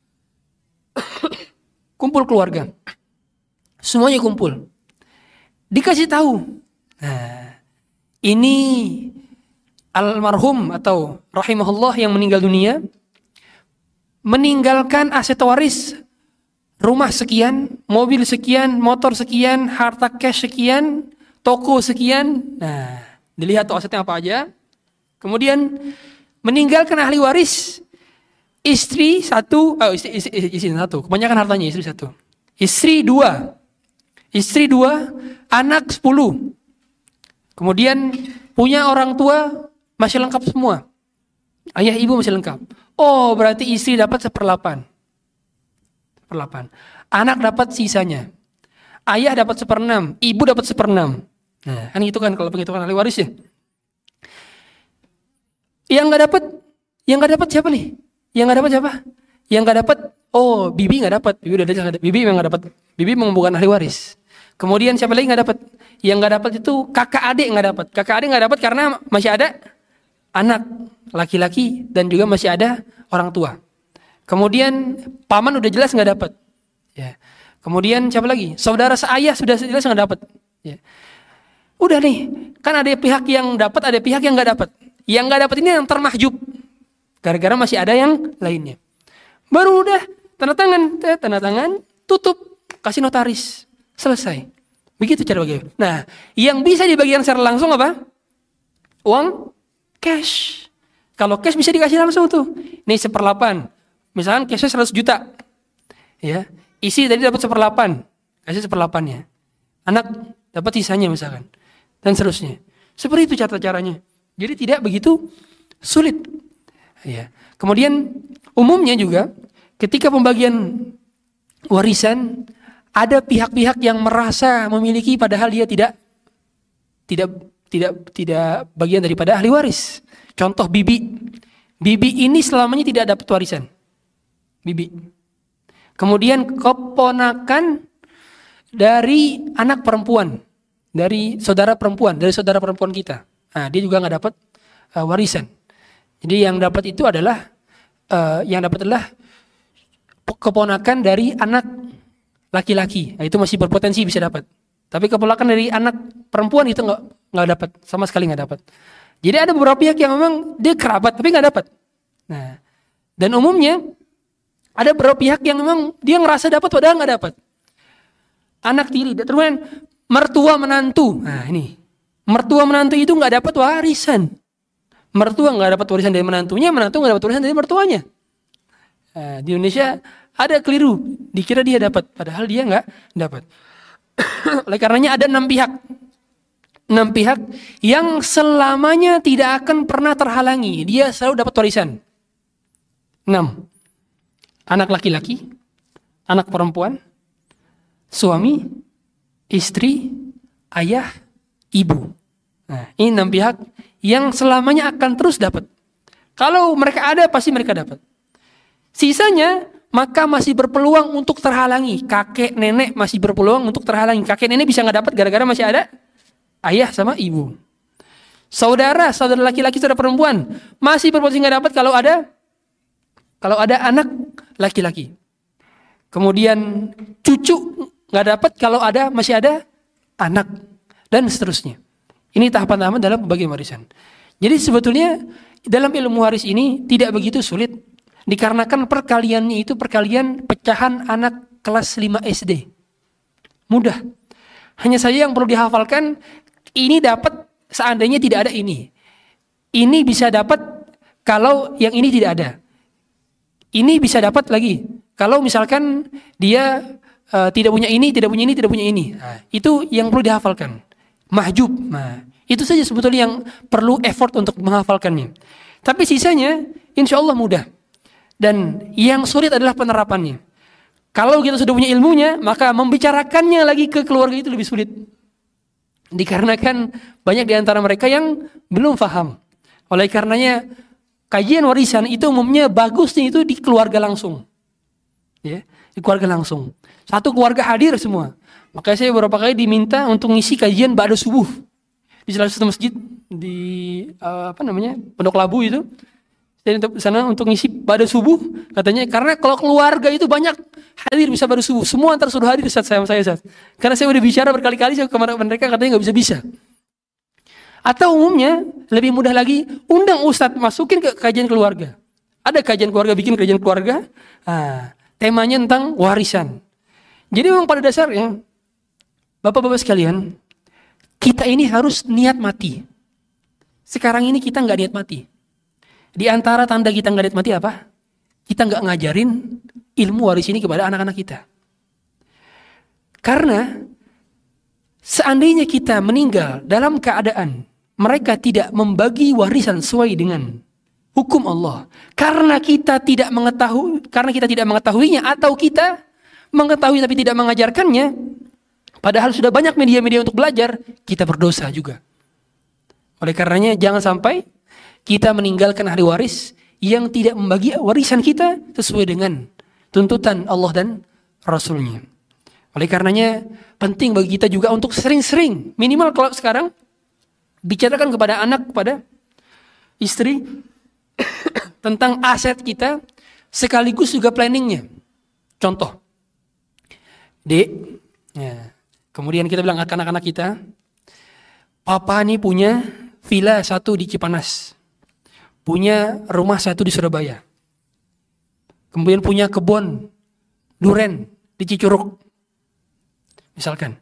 Kumpul keluarga. Semuanya kumpul. Dikasih tahu. Nah, ini almarhum atau rahimahullah yang meninggal dunia meninggalkan aset waris rumah sekian, mobil sekian, motor sekian, harta cash sekian, toko sekian. Nah, dilihat tuh asetnya apa aja. Kemudian meninggalkan ahli waris, istri satu, oh istri, istri, istri, istri satu, kebanyakan hartanya istri satu. Istri dua, istri dua, anak sepuluh. Kemudian punya orang tua masih lengkap semua. Ayah ibu masih lengkap. Oh, berarti istri dapat seperlapan. Seperlapan. Anak dapat sisanya. Ayah dapat seperenam, ibu dapat seperenam. Nah, kan itu kan kalau penghitungan ahli waris ya. Yang nggak dapat, yang nggak dapat siapa nih? Yang nggak dapat siapa? Yang nggak dapat, oh bibi nggak dapat, bibi udah ada, bibi memang nggak dapat, bibi memang bukan ahli waris. Kemudian siapa lagi nggak dapat? Yang nggak dapat itu kakak adik nggak dapat. Kakak adik nggak dapat karena masih ada anak laki-laki dan juga masih ada orang tua. Kemudian paman udah jelas nggak dapat. Ya. Kemudian siapa lagi? Saudara seayah sudah jelas nggak dapat. Ya. Udah nih, kan ada pihak yang dapat, ada pihak yang nggak dapat. Yang nggak dapat ini yang termahjub, gara-gara masih ada yang lainnya. Baru udah tanda tangan, tanda tangan, tutup, kasih notaris, selesai. Begitu cara bagi. Nah, yang bisa dibagikan secara langsung apa? Uang cash. Kalau cash bisa dikasih langsung tuh. Nih seperlapan. Misalkan cashnya seratus juta. Ya, isi tadi dapat seperlapan. Kasih seperlapannya. Anak dapat sisanya misalkan. Dan seterusnya. Seperti itu cara caranya. Jadi tidak begitu sulit. Ya. Kemudian umumnya juga ketika pembagian warisan ada pihak-pihak yang merasa memiliki padahal dia tidak tidak tidak tidak bagian daripada ahli waris. Contoh bibi. Bibi ini selamanya tidak dapat warisan. Bibi. Kemudian keponakan dari anak perempuan, dari saudara perempuan, dari saudara perempuan kita. Nah, dia juga nggak dapat uh, warisan. Jadi yang dapat itu adalah uh, yang dapat adalah keponakan dari anak laki-laki. Nah, itu masih berpotensi bisa dapat. Tapi keponakan dari anak perempuan itu nggak nggak dapat, sama sekali nggak dapat. Jadi ada beberapa pihak yang memang dia kerabat tapi nggak dapat. Nah, dan umumnya ada beberapa pihak yang memang dia ngerasa dapat padahal nggak dapat. Anak tiri, kemudian mertua menantu. Nah ini, mertua menantu itu nggak dapat warisan. Mertua nggak dapat warisan dari menantunya, menantu nggak dapat warisan dari mertuanya. Nah, di Indonesia ada keliru, dikira dia dapat, padahal dia nggak dapat. Oleh karenanya ada enam pihak, enam pihak yang selamanya tidak akan pernah terhalangi, dia selalu dapat warisan. Enam, anak laki-laki, anak perempuan, suami, istri, ayah, ibu. Nah, ini enam pihak yang selamanya akan terus dapat. Kalau mereka ada, pasti mereka dapat. Sisanya, maka masih berpeluang untuk terhalangi. Kakek, nenek masih berpeluang untuk terhalangi. Kakek, nenek bisa nggak dapat gara-gara masih ada ayah sama ibu. Saudara, saudara laki-laki, saudara perempuan masih berpotensi nggak dapat kalau ada kalau ada anak laki-laki. Kemudian cucu nggak dapat kalau ada masih ada anak dan seterusnya. Ini tahapan-tahapan dalam pembagian warisan. Jadi sebetulnya dalam ilmu waris ini tidak begitu sulit dikarenakan perkaliannya itu perkalian pecahan anak kelas lima S D. Mudah. Hanya saja yang perlu dihafalkan ini dapat seandainya tidak ada ini. Ini bisa dapat kalau yang ini tidak ada. Ini bisa dapat lagi kalau misalkan dia uh, tidak punya ini, tidak punya ini, tidak punya ini. Nah, itu yang perlu dihafalkan. Mahjub. Nah, itu saja sebetulnya yang perlu effort untuk menghafalkannya. Tapi sisanya insya Allah mudah. Dan yang sulit adalah penerapannya. Kalau kita sudah punya ilmunya, maka membicarakannya lagi ke keluarga itu lebih sulit. Dikarenakan banyak di antara mereka yang belum paham. Oleh karenanya kajian warisan itu umumnya bagusnya itu di keluarga langsung. Ya, di keluarga langsung. Satu keluarga hadir semua. Makanya saya beberapa kali diminta untuk ngisi kajian ba'da subuh di salah satu masjid di uh, apa namanya Pondok Labu itu. Saya di sana untuk ngisi ba'da subuh katanya, karena kalau keluarga itu banyak hadir bisa ba'da subuh. Semua antar suruh hadir Ustaz saya saya Ustaz. Karena saya udah bicara berkali-kali saya kepada mereka katanya nggak bisa-bisa. Atau umumnya lebih mudah lagi, undang Ustaz masukin ke kajian keluarga. Ada kajian keluarga, bikin kajian keluarga. Nah, temanya tentang warisan. Jadi memang pada dasarnya, Bapak-bapak sekalian, kita ini harus niat mati. Sekarang ini kita nggak niat mati. Di antara tanda kita nggak niat mati apa? Kita nggak ngajarin ilmu waris ini kepada anak-anak kita. Karena seandainya kita meninggal dalam keadaan mereka tidak membagi warisan sesuai dengan hukum Allah, karena kita tidak mengetahui, karena kita tidak mengetahuinya, atau kita mengetahui tapi tidak mengajarkannya, padahal sudah banyak media-media untuk belajar, kita berdosa juga. Oleh karenanya jangan sampai kita meninggalkan ahli waris yang tidak membagi warisan kita sesuai dengan tuntutan Allah dan Rasulnya. Oleh karenanya penting bagi kita juga untuk sering-sering, minimal kalau sekarang bicarakan kepada anak, kepada istri tentang aset kita, sekaligus juga planningnya. Contoh, Dek, ya. Kemudian kita bilang ke anak-anak kita, Papa nih punya villa satu di Cipanas, punya rumah satu di Surabaya, kemudian punya kebun duren di Cicurug, misalkan.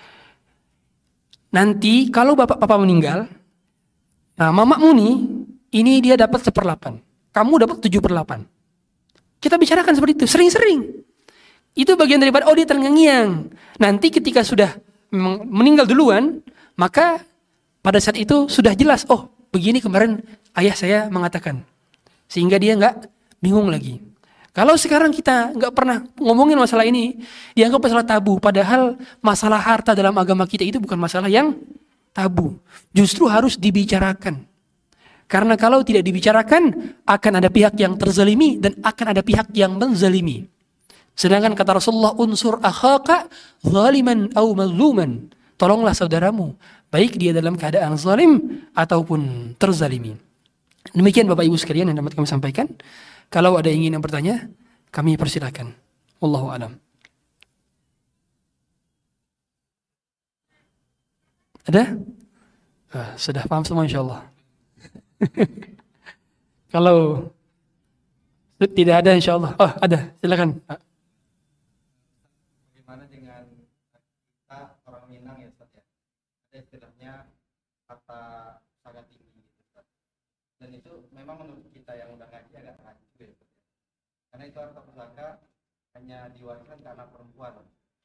Nanti kalau bapak papa meninggal, nah mamamu nih, ini dia dapat seperlapan, kamu dapat tujuh per delapan. Kita bicarakan seperti itu, sering-sering. Itu bagian daripada, oh dia terngiang-ngiang. Nanti ketika sudah meninggal duluan, maka pada saat itu sudah jelas, oh begini kemarin ayah saya mengatakan. Sehingga dia nggak bingung lagi. Kalau sekarang kita nggak pernah ngomongin masalah ini, dianggap masalah tabu. Padahal masalah harta dalam agama kita itu bukan masalah yang tabu. Justru harus dibicarakan. Karena kalau tidak dibicarakan, akan ada pihak yang terzalimi dan akan ada pihak yang menzalimi. Sedangkan kata Rasulullah, unsur akhaka zaliman au mazluman. Tolonglah saudaramu, baik dia dalam keadaan zalim ataupun terzalimi. Demikian Bapak Ibu sekalian yang dapat kami sampaikan. Kalau ada yang ingin bertanya, kami persilakan. Wallahu a'lam. Ada? Ah, sudah paham semua insyaallah. Kalau tidak ada insyaallah. Oh, ada. Silakan. Bagaimana dengan kita orang Minang ya Ustaz ya? Ada istilahnya kata sangat tinggi Ustaz. Dan itu memang menurut kita yang udah ngaji agak ngaji juga ya. Karena itu harta pusaka hanya diwariskan ke anak perempuan.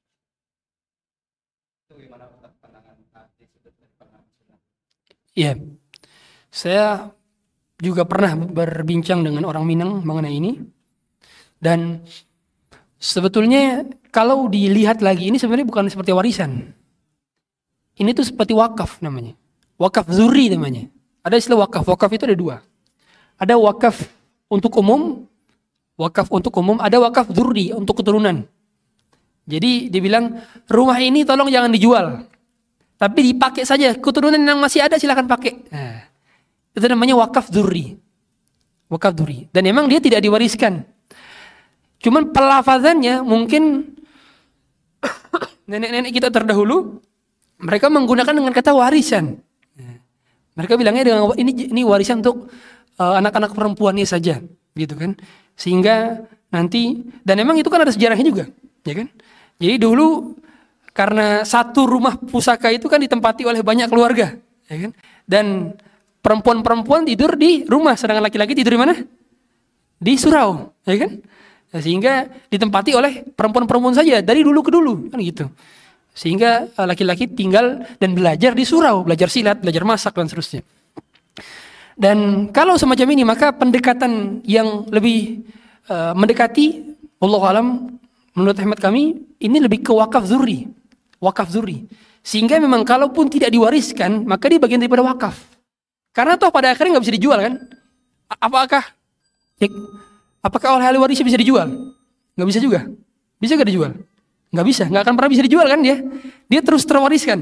Itu gimana Ustaz pandangan di sudut dari pandangan Islam? Iya. Saya juga pernah berbincang dengan orang Minang mengenai ini. Dan sebetulnya kalau dilihat lagi, ini sebenarnya bukan seperti warisan. Ini tuh seperti wakaf namanya. Wakaf zuri namanya. Ada istilah wakaf. Wakaf itu ada dua. Ada wakaf untuk umum, wakaf untuk umum, ada wakaf zuri untuk keturunan. Jadi dibilang, rumah ini tolong jangan dijual, tapi dipakai saja. Keturunan yang masih ada silakan pakai. Nah, itu namanya wakaf zuri. Wakaf zuri. Dan memang dia tidak diwariskan. Cuman pelafazannya mungkin nenek-nenek kita terdahulu mereka menggunakan dengan kata warisan. Mereka bilangnya dengan ini ini warisan untuk uh, anak-anak perempuannya saja, gitu kan? Sehingga nanti, dan memang itu kan ada sejarahnya juga, ya kan? Jadi dulu karena satu rumah pusaka itu kan ditempati oleh banyak keluarga, ya kan? Dan perempuan-perempuan tidur di rumah, sedangkan laki-laki tidur di mana? Di surau, ya kan? Sehingga ditempati oleh perempuan-perempuan saja dari dulu ke dulu, kan gitu. Sehingga laki-laki tinggal dan belajar di surau, belajar silat, belajar masak dan seterusnya. Dan kalau semacam ini, maka pendekatan yang lebih uh, mendekati, wallahu alam, menurut hemat kami, ini lebih ke wakaf zuri, wakaf zuri. Sehingga memang kalaupun tidak diwariskan, maka dia bagian daripada wakaf. Karena toh pada akhirnya nggak bisa dijual kan? Apakah? Apakah oleh ahli warisnya bisa dijual? Nggak bisa juga. Bisa nggak dijual? Nggak bisa, nggak akan pernah bisa dijual kan dia. Dia terus terwariskan.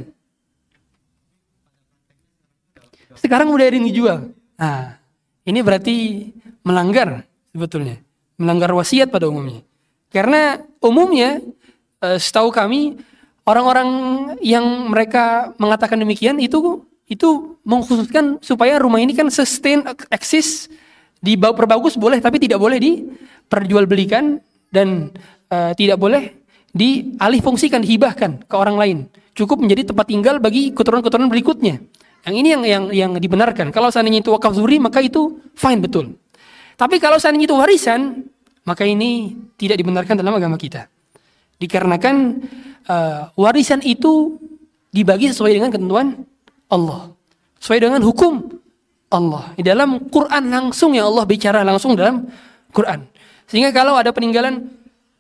Sekarang udah ada yang dijual. Nah, ini berarti melanggar sebetulnya. Melanggar wasiat pada umumnya. Karena umumnya, eh, setahu kami, orang-orang yang mereka mengatakan demikian itu itu mengkhususkan supaya rumah ini kan sustain, eksis, diperbagus boleh, tapi tidak boleh diperjualbelikan dan uh, tidak boleh dialih fungsikan, dihibahkan ke orang lain. Cukup menjadi tempat tinggal bagi keturunan-keturunan berikutnya. Yang ini yang yang yang dibenarkan. Kalau seandainya itu wakaf zuhri, maka itu fine, betul. Tapi kalau seandainya itu warisan, maka ini tidak dibenarkan dalam agama kita. Dikarenakan uh, warisan itu dibagi sesuai dengan ketentuan Allah, sesuai dengan hukum Allah. Di dalam Quran langsung ya Allah bicara langsung dalam Quran. Sehingga kalau ada peninggalan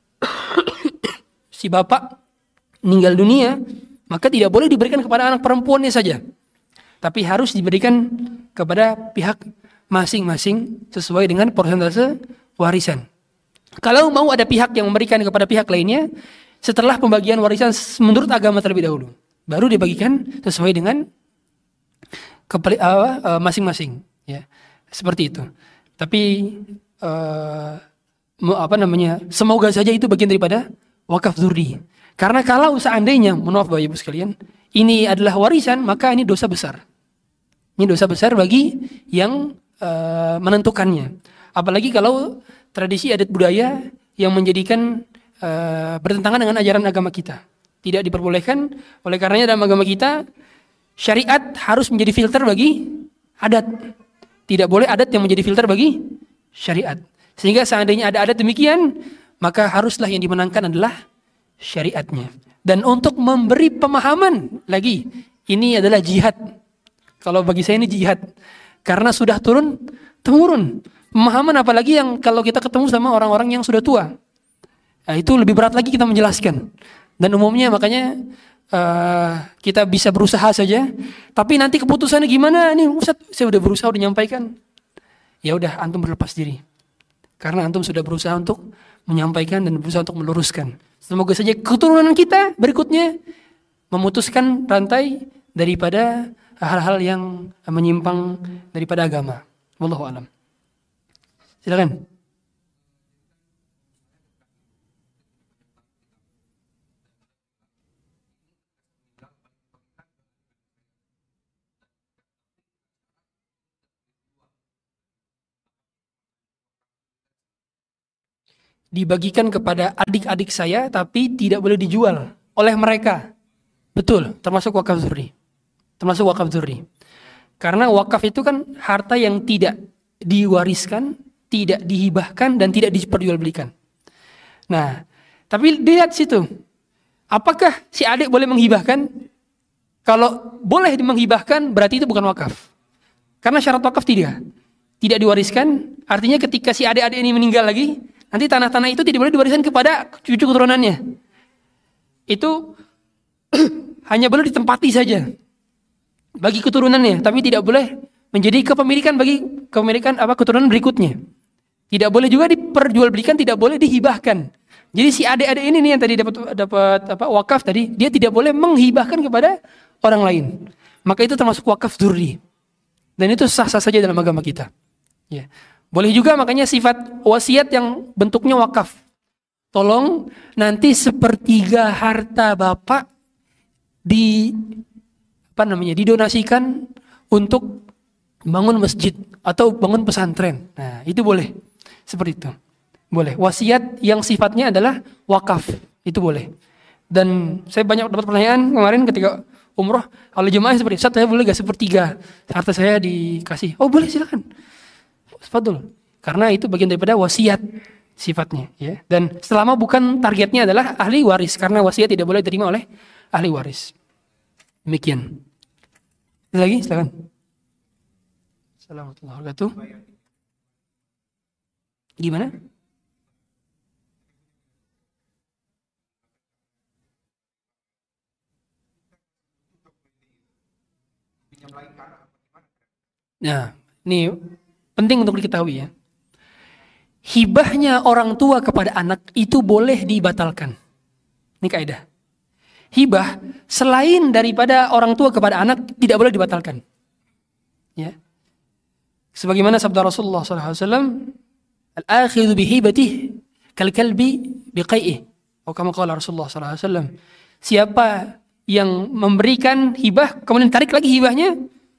si bapak meninggal dunia, maka tidak boleh diberikan kepada anak perempuannya saja, tapi harus diberikan kepada pihak masing-masing sesuai dengan persentase warisan. Kalau mau ada pihak yang memberikan kepada pihak lainnya, setelah pembagian warisan menurut agama terlebih dahulu, baru dibagikan sesuai dengan Kepali, uh, uh, masing-masing, ya, seperti itu. Tapi uh, apa namanya? Semoga saja itu bagian daripada wakaf zuhri. Karena kalau seandainya, mohon maaf Bapak Ibu sekalian, ini adalah warisan, maka ini dosa besar. Ini dosa besar bagi yang uh, menentukannya. Apalagi kalau tradisi adat budaya yang menjadikan uh, bertentangan dengan ajaran agama kita. Tidak diperbolehkan. Oleh karenanya dalam agama kita, syariat harus menjadi filter bagi adat. Tidak boleh adat yang menjadi filter bagi syariat. Sehingga seandainya ada adat demikian, maka haruslah yang dimenangkan adalah syariatnya. Dan untuk memberi pemahaman lagi, ini adalah jihad. Kalau bagi saya ini jihad. Karena sudah turun temurun. Pemahaman apalagi yang kalau kita ketemu sama orang-orang yang sudah tua. Nah, itu lebih berat lagi kita menjelaskan. Dan umumnya makanya Uh, kita bisa berusaha saja, tapi nanti keputusannya gimana? Nih Ustaz, saya udah berusaha, udah nyampaikan. Ya udah, antum berlepas diri. Karena antum sudah berusaha untuk menyampaikan dan berusaha untuk meluruskan. Semoga saja keturunan kita berikutnya memutuskan rantai daripada hal-hal yang menyimpang daripada agama. Wallahu a'lam. Silakan. Dibagikan kepada adik-adik saya, tapi tidak boleh dijual oleh mereka. Betul, termasuk wakaf zuhri. Termasuk wakaf zuhri. Karena wakaf itu kan harta yang tidak diwariskan, tidak dihibahkan, dan tidak diperjualbelikan. Nah, tapi lihat situ. Apakah si adik boleh menghibahkan? Kalau boleh menghibahkan, berarti itu bukan wakaf. Karena syarat wakaf tidak. Tidak diwariskan, artinya ketika si adik-adik ini meninggal lagi, nanti tanah-tanah itu tidak boleh diwariskan kepada cucu keturunannya. Itu hanya boleh ditempati saja bagi keturunannya, tapi tidak boleh menjadi kepemilikan bagi kepemilikan apa keturunan berikutnya. Tidak boleh juga diperjualbelikan, tidak boleh dihibahkan. Jadi si adik-adik ini nih yang tadi dapat dapat apa wakaf tadi, dia tidak boleh menghibahkan kepada orang lain. Maka itu termasuk wakaf zuhri. Dan itu sah-sah saja dalam agama kita. Ya. Boleh juga makanya sifat wasiat yang bentuknya wakaf. Tolong nanti sepertiga harta Bapak di apa namanya didonasikan untuk bangun masjid atau bangun pesantren. Nah, itu boleh. Seperti itu. Boleh. Wasiat yang sifatnya adalah wakaf. Itu boleh. Dan saya banyak dapat pertanyaan kemarin ketika umroh oleh jemaah seperti, Ustaz, saya boleh gak sepertiga harta saya dikasih? Oh, boleh, silakan. Fadul. Karena itu bagian daripada wasiat sifatnya, ya. Dan selama bukan targetnya adalah ahli waris, karena wasiat tidak boleh diterima oleh ahli waris. Demikian. Lagi, silakan. Assalamualaikum warahmatullahi wabarakatuh. Gimana? Nah, ini penting untuk diketahui ya. hibahnya orang tua kepada anak itu boleh dibatalkan. Ini kaidah. Hibah selain daripada orang tua kepada anak tidak boleh dibatalkan. Ya. Sebagaimana sabda Rasulullah sallallahu alaihi wasallam, al-akhidhu bihibatihi kal kalbi biqai'i. Atau kama qala Rasulullah sallallahu alaihi wasallam, siapa yang memberikan hibah kemudian tarik lagi hibahnya,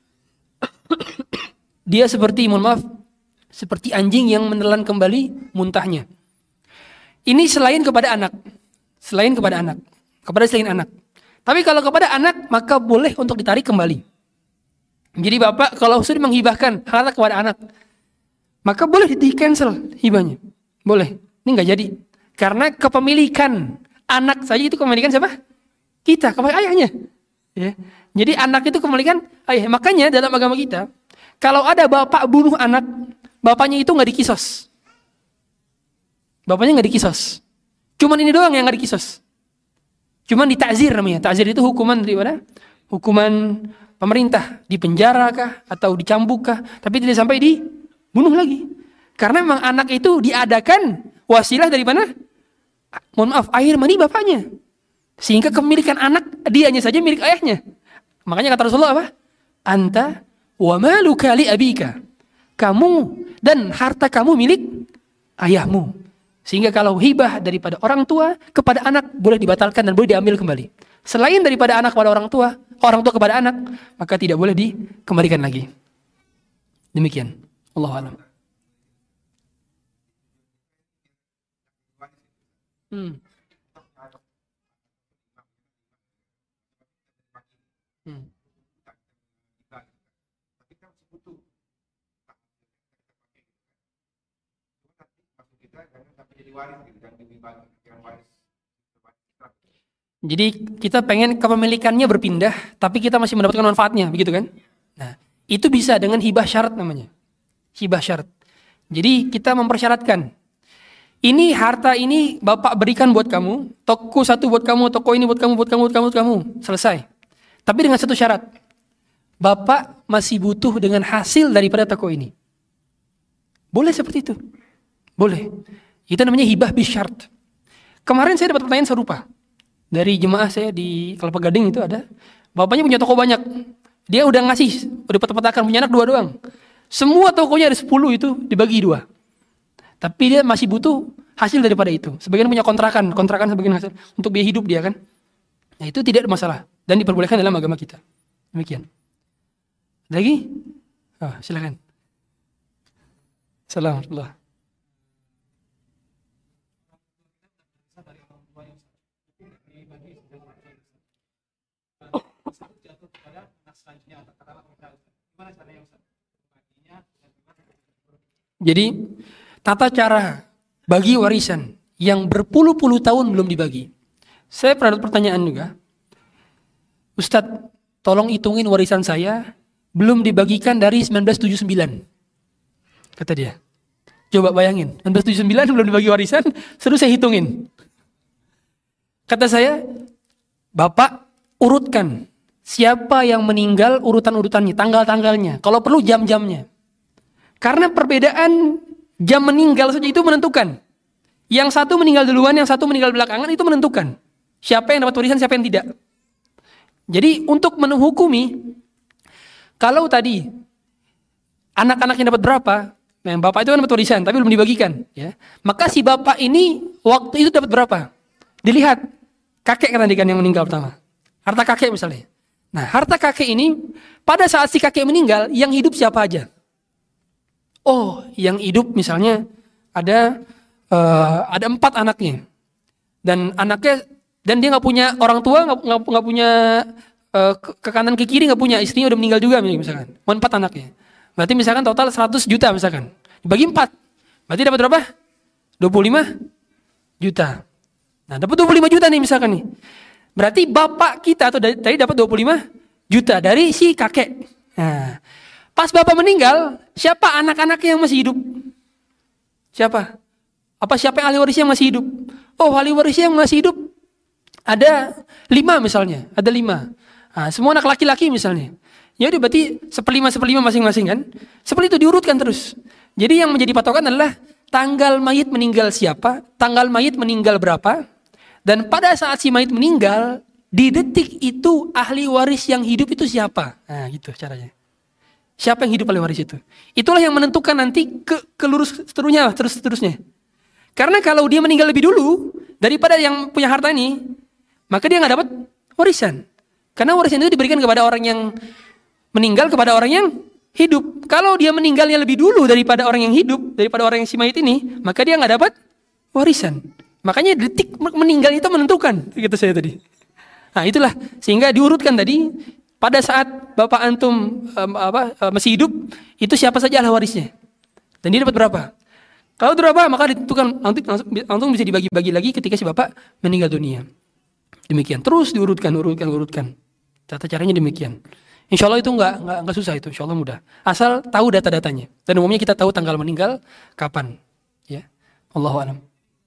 dia seperti, mohon maaf, seperti anjing yang menelan kembali muntahnya. Ini selain kepada anak, selain kepada anak, kepada selain anak. Tapi kalau kepada anak maka boleh untuk ditarik kembali. Jadi bapak kalau sudah menghibahkan harta kepada anak, maka boleh di cancel hibahnya, boleh. Ini nggak jadi, karena kepemilikan anak saja itu kepemilikan siapa? Kita, kepada ayahnya. Ya. Jadi anak itu kepemilikan ayah. Makanya dalam agama kita, kalau ada bapak bunuh anak, bapaknya itu nggak dikisos. Bapaknya nggak dikisos. Cuman ini doang yang nggak dikisos. Cuman ditakzir namanya. Takzir itu hukuman dari mana? Hukuman pemerintah, dipenjara kah atau dicambuk kah? Tapi tidak sampai dibunuh lagi. Karena memang anak itu diadakan wasilah dari mana? Mohon maaf, air mani bapaknya. Sehingga kepemilikan anak dianya saja milik ayahnya. Makanya kata Rasulullah apa? Anta wa maluka li abika. Kamu dan harta kamu milik ayahmu. Sehingga kalau hibah daripada orang tua kepada anak boleh dibatalkan dan boleh diambil kembali. Selain daripada anak kepada orang tua, orang tua kepada anak, maka tidak boleh dikembalikan lagi. Demikian. Allahu a'lam. Hmm. Hmm. Jadi kita pengen kepemilikannya berpindah, tapi kita masih mendapatkan manfaatnya, begitu kan? Nah, itu bisa dengan hibah syarat namanya. Hibah syarat. Jadi kita mempersyaratkan, ini harta ini bapak berikan buat kamu, toko satu buat kamu, toko ini buat kamu, buat kamu, buat kamu, buat kamu, selesai. Tapi dengan satu syarat, bapak masih butuh dengan hasil daripada toko ini. Boleh seperti itu? Boleh. Itu namanya hibah bisyart. Kemarin saya dapat pertanyaan serupa. Dari jemaah saya di Kelapa Gading itu ada. Bapaknya punya toko banyak. Dia udah ngasih, udah petak-petakan, punya anak dua doang. Semua tokonya ada sepuluh itu dibagi dua. Tapi dia masih butuh hasil daripada itu. Sebagian punya kontrakan, kontrakan sebagian hasil. Untuk biaya hidup dia kan. Nah itu tidak ada masalah. Dan diperbolehkan dalam agama kita. Demikian. Ada lagi? Oh, silakan. Assalamualaikum. Jadi tata cara bagi warisan yang berpuluh-puluh tahun belum dibagi. Saya pernah ada pertanyaan juga. Ustadz, tolong hitungin warisan saya belum dibagikan dari seribu sembilan ratus tujuh puluh sembilan. Kata dia. Coba bayangin, seribu sembilan ratus tujuh puluh sembilan belum dibagi warisan, suruh saya hitungin. Kata saya, Bapak urutkan siapa yang meninggal, urutan-urutannya, tanggal-tanggalnya. Kalau perlu jam-jamnya. Karena perbedaan jam meninggal saja itu menentukan. Yang satu meninggal duluan, yang satu meninggal belakangan itu menentukan. Siapa yang dapat warisan, siapa yang tidak. Jadi untuk menghukumi, kalau tadi anak-anaknya dapat berapa, nah bapak itu kan dapat warisan, tapi belum dibagikan. Ya. Maka si bapak ini waktu itu dapat berapa? Dilihat, kakek kan tadi kan yang meninggal pertama. Harta kakek misalnya. Nah harta kakek ini, pada saat si kakek meninggal, yang hidup siapa aja? Oh, yang hidup misalnya ada uh, ada empat anaknya, dan anaknya dan dia nggak punya orang tua, nggak nggak punya uh, ke, ke kanan ke kiri nggak punya, istrinya udah meninggal juga misalkan, empat anaknya. Berarti misalkan total seratus juta misalkan, dibagi empat, berarti dapat berapa? dua puluh lima juta. Nah dapat dua puluh lima juta nih misalkan nih, berarti bapak kita atau tadi dapat dua puluh lima juta dari si kakek. Nah. Pas bapak meninggal, siapa anak-anaknya yang masih hidup? Siapa? Apa siapa yang ahli warisnya yang masih hidup? Oh, ahli warisnya yang masih hidup ada lima misalnya, ada lima. Nah, semua anak laki-laki misalnya. Ya udah berarti seperlima seperlima masing-masing kan? Seperti itu diurutkan terus. Jadi yang menjadi patokan adalah tanggal mayit meninggal siapa, tanggal mayit meninggal berapa, dan pada saat si mayit meninggal, di detik itu ahli waris yang hidup itu siapa. Nah gitu caranya. Siapa yang hidup ahli waris itu. Itulah yang menentukan nanti ke, ke lurus seterusnya, terus seterusnya. Karena kalau dia meninggal lebih dulu daripada yang punya harta ini, maka dia nggak dapat warisan. Karena warisan itu diberikan kepada orang yang meninggal kepada orang yang hidup. Kalau dia meninggalnya lebih dulu daripada orang yang hidup, daripada orang yang si mayit ini, maka dia nggak dapat warisan. Makanya detik meninggal itu menentukan, gitu saya tadi. Nah itulah sehingga diurutkan tadi pada saat bapak antum um, apa uh, masih hidup itu siapa saja ahli warisnya dan dia dapat berapa. Kalau berapa maka ditentukan nanti langsung bisa dibagi-bagi lagi ketika si bapak meninggal dunia. Demikian terus diurutkan, urutkan, urutkan. Tata caranya demikian. Insya Allah itu nggak nggak nggak susah itu, insya Allah mudah. Asal tahu data-datanya. Dan umumnya kita tahu tanggal meninggal kapan. Ya, Allahu a'lam.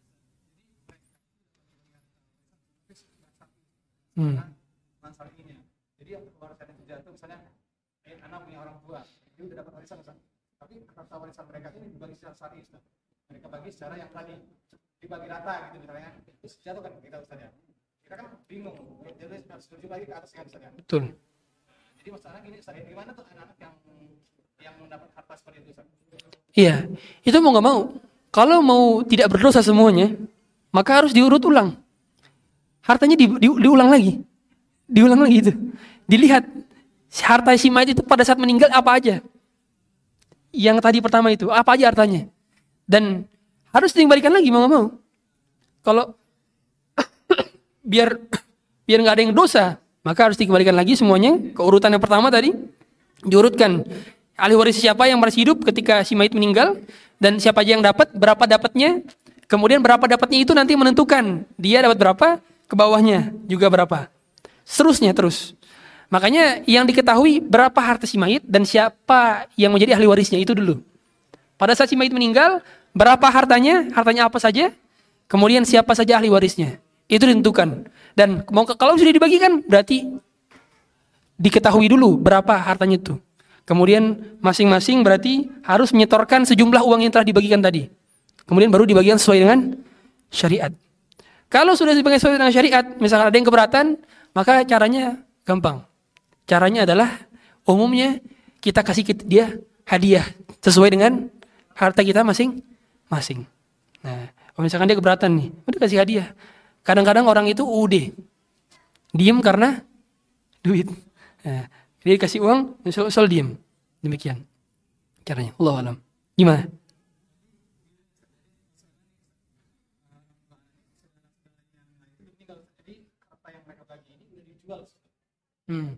Hmm. Masalah ini. Jadi warisan itu jatuh misalnya eh, anak punya orang tua, dia udah dapat warisan Ustaz. Tapi harta warisan mereka ini dibagi secara syar'i Ustaz. Mereka bagi secara yang tadi dibagi rata gitu misalnya. Terus jatuh kan kita Ustaz ya. Kita kan bingung. Jadi harus setuju lagi ke atas kan Ustaz ya. Betul. Jadi masalahnya gini Ustaz, gimana tuh anak-anak yang yang mendapat harta seperti itu Ustaz? Iya, itu mau nggak mau. Kalau mau tidak berdosa semuanya, maka harus diurut ulang. Hartanya di, di, diulang lagi. Diulang lagi itu. Dilihat harta si mayit itu pada saat meninggal apa aja. Yang tadi pertama itu, apa aja hartanya. Dan harus dikembalikan lagi mau nggak mau. Kalau biar biar nggak ada yang dosa, maka harus dikembalikan lagi semuanya ke urutan yang pertama tadi. Diurutkan ahli waris siapa yang masih hidup ketika si mayit meninggal dan siapa aja yang dapat, berapa dapatnya. Kemudian berapa dapatnya itu nanti menentukan dia dapat berapa, ke bawahnya juga berapa. Seterusnya terus. Makanya yang diketahui berapa harta si mayit dan siapa yang menjadi ahli warisnya itu dulu. Pada saat si mayit meninggal, berapa hartanya, hartanya apa saja, kemudian siapa saja ahli warisnya. Itu ditentukan. Dan kalau sudah dibagikan berarti diketahui dulu berapa hartanya itu. Kemudian masing-masing berarti harus menyetorkan sejumlah uang yang telah dibagikan tadi. Kemudian baru dibagikan sesuai dengan syariat. Kalau sudah dibagikan sesuai dengan syariat, misalkan ada yang keberatan, maka caranya gampang. Caranya adalah umumnya kita kasih dia hadiah sesuai dengan harta kita masing-masing. Nah, kalau misalkan dia keberatan nih, udah kasih hadiah. Kadang-kadang orang itu U D, diem karena duit. Nah, dia kasih uang, soal, soal diem. Demikian caranya. Allahu a'lam. Gimana? Hmm.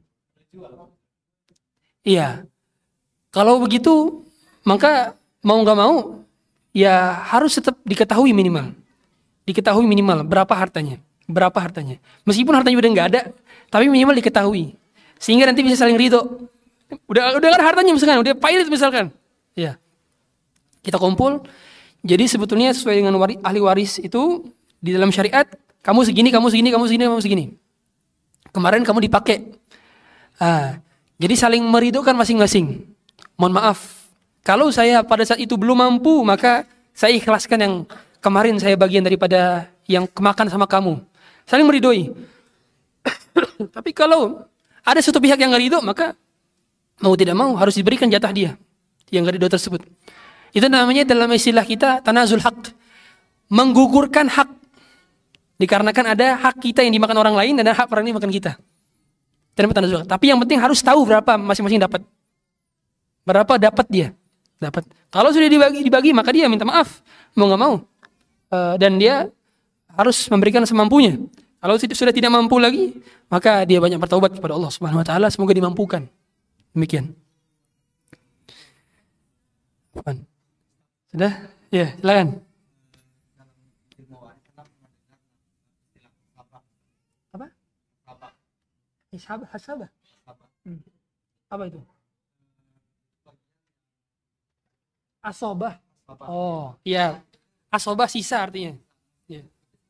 Iya. Kalau begitu, maka mau nggak mau, ya harus tetap diketahui minimal. Diketahui minimal berapa hartanya, berapa hartanya. Meskipun hartanya udah nggak ada, tapi minimal diketahui. Sehingga nanti bisa saling ridho. Udah udah ada hartanya misalkan, udah pailit misalkan. Ya. Kita kumpul. Jadi sebetulnya sesuai dengan wari, ahli waris itu di dalam syariat, kamu segini, kamu segini, kamu segini, kamu segini. Kemarin kamu dipakai. Ah, jadi saling meridhokan masing-masing. Mohon maaf, kalau saya pada saat itu belum mampu, maka saya ikhlaskan yang kemarin saya bagian daripada yang kemakan sama kamu. Saling meridhoi. Tapi kalau ada satu pihak yang nggak ridho, maka mau tidak mau harus diberikan jatah dia yang nggak ridho tersebut. Itu namanya dalam istilah kita tanazul haq, menggugurkan hak. Dikarenakan ada hak kita yang dimakan orang lain dan ada hak orang yang dimakan kita. Tapi yang penting harus tahu berapa masing-masing dapat. Berapa dapat dia? Dapat. Kalau sudah dibagi, dibagi maka dia minta maaf, mau nggak mau, uh, dan dia harus memberikan semampunya. Kalau sudah tidak mampu lagi, maka dia banyak bertaubat kepada Allah Subhanahu Wa Taala. Semoga dimampukan. Demikian. Sudah? Ya, silakan. Hasabah, hasabah. Hmm. Apa itu? Asobah. Oh, iya. Asobah sisa artinya. Ya.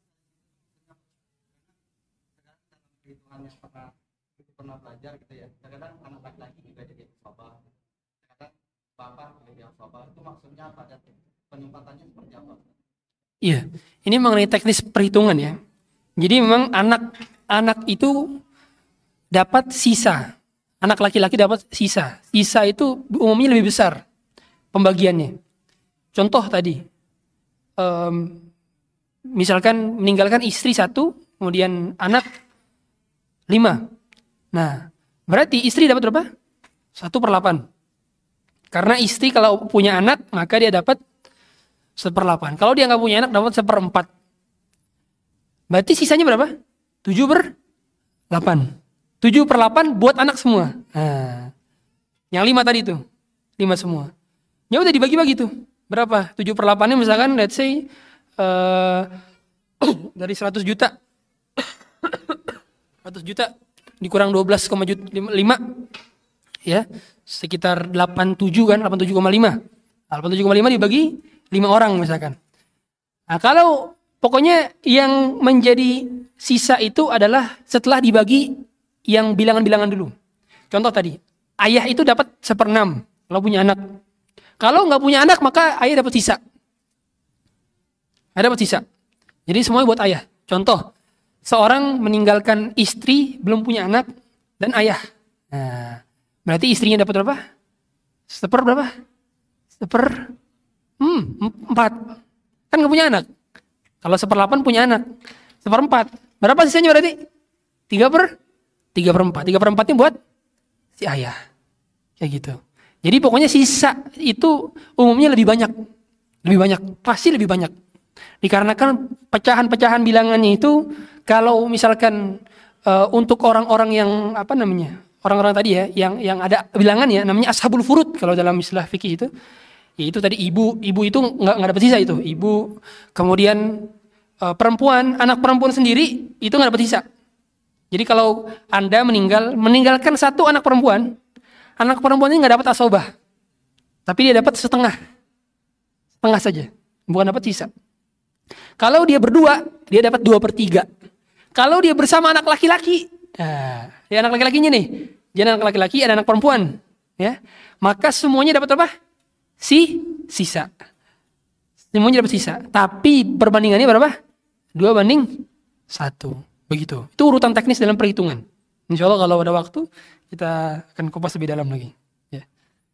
Yang pernah pernah belajar gitu ya. Kadang-kadang anak laki-laki juga jadi asobah. Kadang bapak jadi asobah. Itu maksudnya apa? penempatannya seperti apa? Iya, ini mengenai teknis perhitungan ya. Jadi memang anak anak itu dapat sisa. Anak laki-laki dapat sisa. Sisa itu umumnya lebih besar pembagiannya. Contoh tadi, um, misalkan meninggalkan istri satu, kemudian anak lima. Nah, berarti istri dapat berapa? Satu per delapan. Karena istri kalau punya anak, maka dia dapat seperlapan. Kalau dia nggak punya anak, dapat seperempat. Berarti sisanya berapa? Tujuh per delapan. Tujuh per delapan buat anak semua. Nah, yang lima tadi itu, lima semua. Ya udah dibagi-bagi tuh. Berapa? Tujuh per delapannya misalkan, let's say uh, dari seratus juta, seratus juta dikurang dua belas koma lima, ya sekitar delapan puluh tujuh kan, delapan puluh tujuh koma lima. delapan puluh tujuh koma lima dibagi lima orang misalkan. Nah, kalau pokoknya yang menjadi sisa itu adalah setelah dibagi yang bilangan-bilangan dulu. Contoh tadi, ayah itu dapat seperenam kalau punya anak. Kalau nggak punya anak maka ayah dapat sisa. Ayah dapat sisa. Jadi semuanya buat ayah. Contoh, seorang meninggalkan istri belum punya anak dan ayah. Nah, berarti istrinya dapat berapa? Seper berapa? Seper hmm, empat. Kan nggak punya anak. Kalau seperlapan punya anak. Seperempat. Berapa sisanya berarti? Tiga per? Tiga per empat. Tiga per empatnya buat si ayah. Kayak gitu. Jadi pokoknya sisa itu umumnya lebih banyak. Lebih banyak. Pasti lebih banyak. Dikarenakan pecahan-pecahan bilangannya itu, kalau misalkan uh, untuk orang-orang yang apa namanya, orang-orang tadi ya, yang yang ada bilangannya, namanya ashabul furud kalau dalam istilah fikih itu, yaitu tadi ibu, ibu itu nggak nggak dapat sisa itu, ibu, kemudian uh, perempuan, anak perempuan sendiri itu nggak dapat sisa. Jadi kalau Anda meninggal, meninggalkan satu anak perempuan, anak perempuan ini nggak dapat asobah, tapi dia dapat setengah, setengah saja, bukan dapat sisa. Kalau dia berdua, dia dapat dua per tiga. Kalau dia bersama anak laki-laki, nah, dia anak laki-lakinya nih, dia anak laki-laki, ada anak perempuan, ya, maka semuanya dapat apa? Si sisa. Semuanya dapat sisa. Tapi perbandingannya berapa? Dua banding satu. Begitu. Itu urutan teknis dalam perhitungan. Insya Allah kalau ada waktu kita akan kupas lebih dalam lagi. Ya.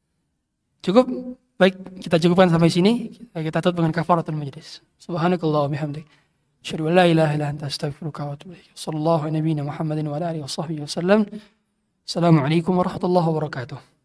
Cukup. Baik, kita cukupkan sampai sini. Kita tutup dengan kafaratul majlis. Subhanakallah wa bihamdik. Asyhadu an la ilaha illa anta astaghfiruka wa atubu ilaik. Sallallahu alaihi wa sallam Muhammadin wa ala alihi wa sahbihi wasallam. Assalamualaikum warahmatullahi wabarakatuh.